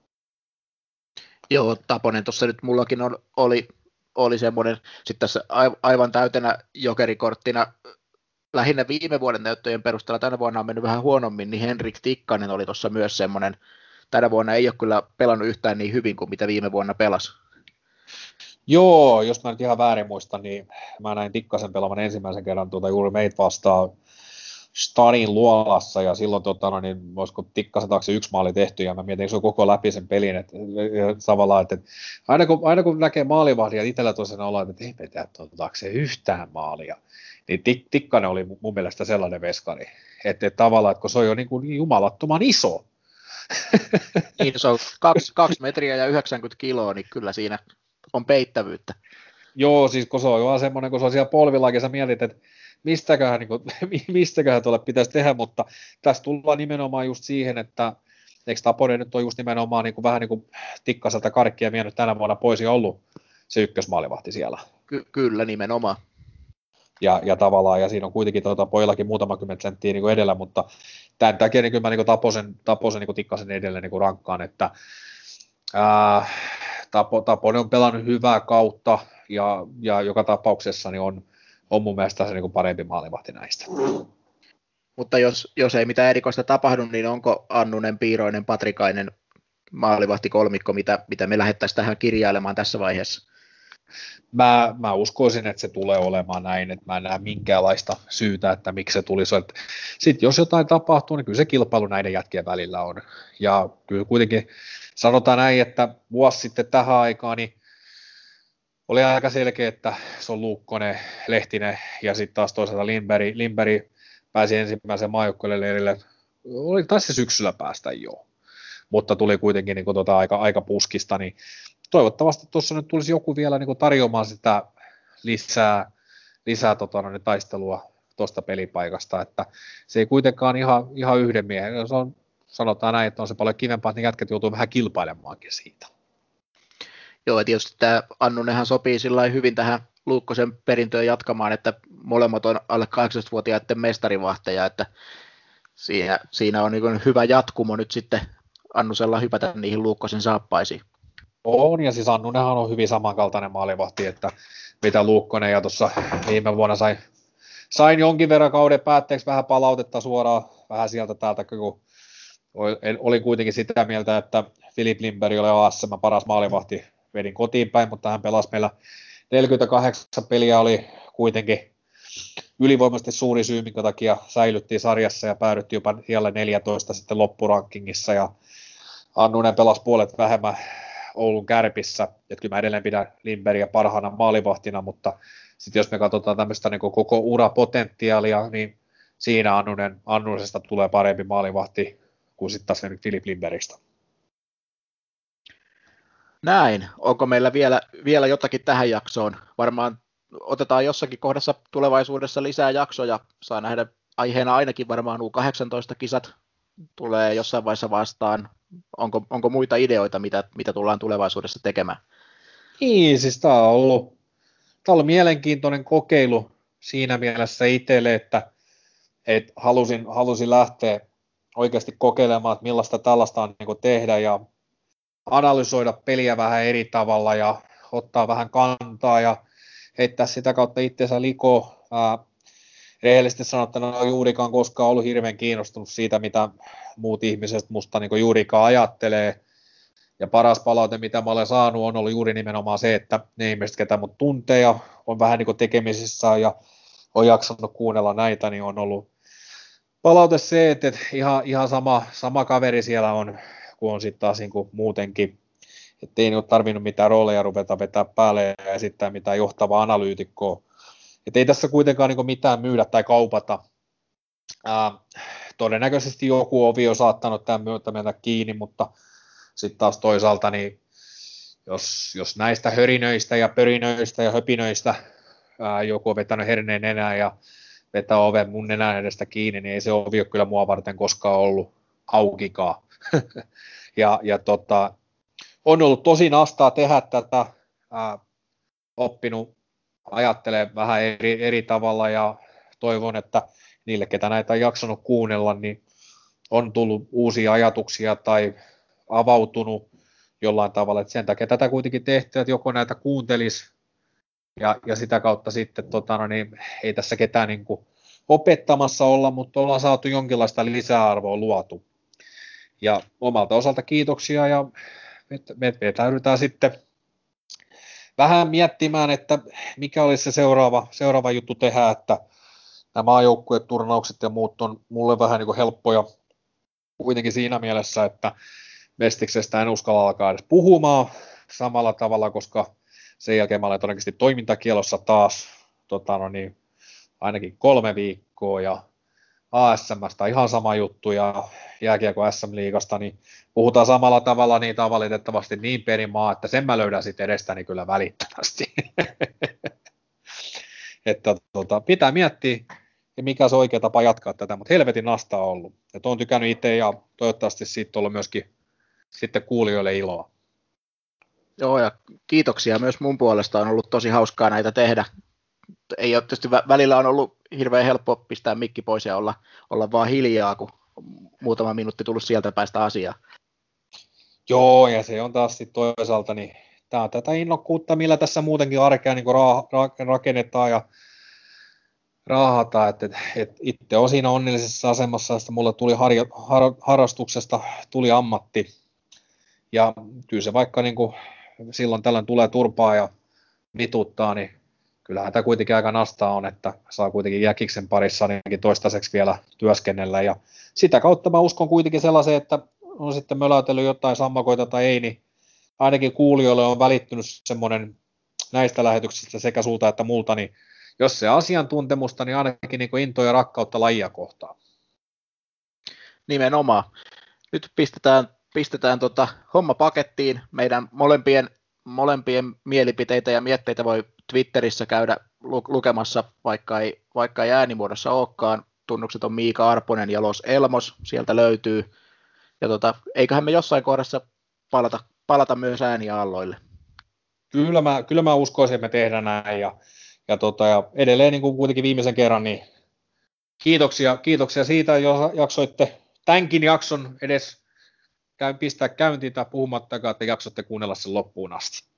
Speaker 1: Joo, Taponen tuossa nyt mullakin on, oli, oli semmoinen, sitten tässä aivan täytenä jokerikorttina, lähinnä viime vuoden näyttöjen perusteella, tänä vuonna on mennyt vähän huonommin, niin Henrik Tikkanen oli tuossa myös semmoinen, tänä vuonna ei ole kyllä pelannut yhtään niin hyvin kuin mitä viime vuonna pelasi. Joo,
Speaker 2: jos mä nyt ihan väärin muistan, niin mä näin Tikkasen pelaavan ensimmäisen kerran tuota juuri meitä vastaan Stadin luolassa, ja silloin tota, no, niin olisiko Tikkasen taakse yksi maali tehty, ja mä mietin, että se on koko läpi sen pelin, että, tavallaan, että aina, kun, aina kun näkee maalivahdia itsellä toisena olla, että ei me tehdä tuota taakse yhtään maalia, niin tik, Tikkanen oli mun mielestä sellainen veskari, että, että tavallaan, että kun se on jo niin, kuin niin jumalattoman iso.
Speaker 1: Niin, se on kaksi, kaksi metriä ja yhdeksänkymmentä kiloa, niin kyllä siinä on peittävyyttä.
Speaker 2: Joo, siis kun se on jo semmoinen, kun se on siellä polvillakin, sä mietit, että mistäköhän, niin kuin, mistäköhän tuolle pitäisi tehdä, mutta tässä tullaan nimenomaan just siihen, että eikö Taponen nyt on just nimenomaan niin kuin, vähän niin kuin Tikkaselta karkkia vienyt tänä vuonna pois ja ollut se ykkösmaalivahti siellä.
Speaker 1: Ky- kyllä, nimenomaan.
Speaker 2: Ja, ja tavallaan, ja siinä on kuitenkin tuota, poillakin muutama kymmentä senttiä niin kuin edellä, mutta tämän takia niin mä niin kuin Taposen, Taposen niin kuin Tikkasen edelle niin kuin rankkaan, että ää, Tapo, Taponen on pelannut hyvää kautta, ja, ja joka tapauksessa niin on, on mun mielestä se niin kuin parempi maalivahti näistä.
Speaker 1: Mutta jos, jos ei mitään erikoista tapahdu, niin onko Annunen, Piiroinen, Patrikainen maalivahti kolmikko, mitä, mitä me lähdettäisiin tähän kirjailemaan tässä vaiheessa?
Speaker 2: mä, mä uskoisin, että se tulee olemaan näin, että mä en näe minkäänlaista syytä, että miksi se tulisi. Sitten jos jotain tapahtuu, niin kyllä se kilpailu näiden jätkien välillä on. Ja kyllä kuitenkin sanotaan näin, että vuosi sitten tähän aikaan, niin oli aika selkeä, että se on Luukkonen, Lehtinen ja sitten taas toisaalta Lindberg. Lindberg pääsi ensimmäisen maajoukkueelle leirille, oli taisi syksyllä päästä jo, mutta tuli kuitenkin niin kuin tota aika, aika puskista, niin toivottavasti tuossa nyt tulisi joku vielä niin kuin tarjoamaan sitä lisää, lisää tota, no, taistelua tuosta pelipaikasta, että se ei kuitenkaan ihan, ihan yhden miehen, se on, sanotaan näin, että on se paljon kivempaa, että ne jätkät joutuu vähän kilpailemaankin siitä.
Speaker 1: Joo, tietysti tämä Annunenhan sopii sillä hyvin tähän Luukkosen perintöön jatkamaan, että molemmat on alle kahdeksantoistavuotiaiden mestarivahteja, että siinä, siinä on niin hyvä jatkumo nyt sitten Annusella hypätä niihin Luukkosen saappaisiin.
Speaker 2: On, ja siis Annunenhan on hyvin samankaltainen maalivahti, että mitä Luukkonen, ja tuossa viime vuonna sai, sain jonkin verran kauden päätteeksi vähän palautetta suoraan, vähän sieltä täältä, kun olin kuitenkin sitä mieltä, että Filip Lindberg oli A S M paras maalivahti, vedin kotiin päin, mutta hän pelasi meillä neljäkymmentäkahdeksan peliä, oli kuitenkin ylivoimaisesti suuri syy, minkä takia säilyttiin sarjassa ja päädyttiin jopa siellä neljätoista sitten loppurankingissa, ja Annunen pelasi puolet vähemmän Oulun Kärpissä, että kyllä mä edelleen pidän Lindbergia parhaana maalivahtina, mutta sitten jos me katsotaan tämmöistä niin koko urapotentiaalia, niin siinä Annunen, Annusesta tulee parempi maalivahti kuin sitten taas Filip Lindbergistä.
Speaker 1: Näin. Onko meillä vielä, vielä jotakin tähän jaksoon? Varmaan otetaan jossakin kohdassa tulevaisuudessa lisää jaksoja. Saa nähdä aiheena ainakin varmaan U kahdeksantoista-kisat tulee jossain vaiheessa vastaan. Onko, onko muita ideoita, mitä, mitä tullaan tulevaisuudessa tekemään?
Speaker 2: Niin, siis tämä on ollut, tämä on ollut mielenkiintoinen kokeilu siinä mielessä itselle, että, että halusin, halusin lähteä oikeasti kokeilemaan, että millaista tällaista on niin kuin tehdä ja analysoida peliä vähän eri tavalla ja ottaa vähän kantaa ja heittää sitä kautta itseensä likoon. Rehellisesti sanottuna en ole juurikaan koskaan ollut hirveän kiinnostunut siitä, mitä muut ihmiset musta niin juurikaan ajattelee. Ja paras palaute, mitä mä olen saanut, on ollut juuri nimenomaan se, että ne ihmiset, ketä mut tuntee ja on vähän niin tekemisissä ja on jaksanut kuunnella näitä, niin on ollut palaute se, että ihan, ihan sama, sama kaveri siellä on, kun on sitten taas niin kuin muutenkin. Että ei ole tarvinnut mitään rooleja ruveta vetää päälle ja esittää mitään johtavaa analyytikkoa. Että ei tässä kuitenkaan niin mitään myydä tai kaupata. Ää, todennäköisesti joku ovi on saattanut tämän myötä mennä kiinni, mutta sitten taas toisaalta, niin jos, jos näistä hörinöistä ja pörinöistä ja höpinöistä ää, joku on vetänyt herneen nenää ja vetää oven mun nenän edestä kiinni, niin ei se ovi ole kyllä mua varten koskaan ollut aukikaan. ja ja tota, on ollut tosi nastaa tehdä tätä, ää, oppinut ajattelee vähän eri, eri tavalla ja toivon, että niille, ketä näitä on jaksanut kuunnella, niin on tullut uusia ajatuksia tai avautunut jollain tavalla. Et sen takia tätä kuitenkin tehty, että joko näitä kuuntelisi ja, ja sitä kautta sitten tota, no niin, ei tässä ketään niin kuin opettamassa olla, mutta ollaan saatu jonkinlaista lisäarvoa luotu. Ja omalta osalta kiitoksia ja me, me vetäydytään sitten vähän miettimään, että mikä olisi se seuraava, seuraava juttu tehdä, että nämä maajoukkueturnaukset ja muut on mulle vähän niin kuin helppoja kuitenkin siinä mielessä, että Mestiksestä en uskalla alkaa edes puhumaan samalla tavalla, koska sen jälkeen mä olen todennäköisesti toimintakielossa taas tota no niin, ainakin kolme viikkoa ja A S M:stä ihan sama juttu ja jääkiekko S M-liigasta, niin puhutaan samalla tavalla, niitä on valitettavasti niin pieni maa, että sen mä löydän sitten edestäni kyllä välittömästi. että tota, pitää miettiä, ja mikä se oikea tapa jatkaa tätä, mutta helvetin nastaa on ollut. Et olen tykännyt itse ja toivottavasti siitä on ollut myöskin sitten kuulijoille iloa.
Speaker 1: Joo, ja kiitoksia myös mun puolesta, on ollut tosi hauskaa näitä tehdä. Ei ole tietysti välillä on ollut hirveän helppo pistää mikki pois ja olla, olla vaan hiljaa, kun muutama minuutti tullut sieltä päästä asiaan.
Speaker 2: Joo, ja se on taas sitten toisaalta, niin tämä on tätä innokkuutta, millä tässä muutenkin arkea niin ra- ra- rakennetaan ja raahataan, että et, et itse on siinä onnellisessa asemassa, että mulle tuli har- har- harrastuksesta, tuli ammatti, ja kyllä se vaikka niin kuin silloin tällöin tulee turpaa ja vituttaa, niin kyllähän tämä kuitenkin aika nastaa on, että saa kuitenkin Jäkiksen parissa ainakin toistaiseksi vielä työskennellä, ja sitä kautta mä uskon kuitenkin sellaiseen, että on sitten möläytellyt jotain sammakoita tai ei, niin ainakin kuulijoille on välittynyt semmoinen näistä lähetyksistä sekä sulta että multa, niin jos se asiantuntemusta, niin ainakin niin intoa ja rakkautta lajia kohtaan.
Speaker 1: Nimenomaan. Nyt pistetään, pistetään tota homma pakettiin. Meidän molempien, molempien mielipiteitä ja mietteitä voi Twitterissä käydä lukemassa, vaikka ei, vaikka ei äänimuodossa olekaan. Tunnukset on Miika Arponen ja Los Elmos, sieltä löytyy. Ja tota, eiköhän me jossain kohdassa palata, palata myös ääniaalloille.
Speaker 2: Kyllä mä, kyllä mä uskoisin, että me tehdään näin. Ja, ja, tota, ja edelleen niin kuin kuitenkin viimeisen kerran, niin kiitoksia, kiitoksia siitä, jos jaksoitte tämänkin jakson edes käy, pistää käyntiin tai puhumattakaan, että jaksoitte kuunnella sen loppuun asti.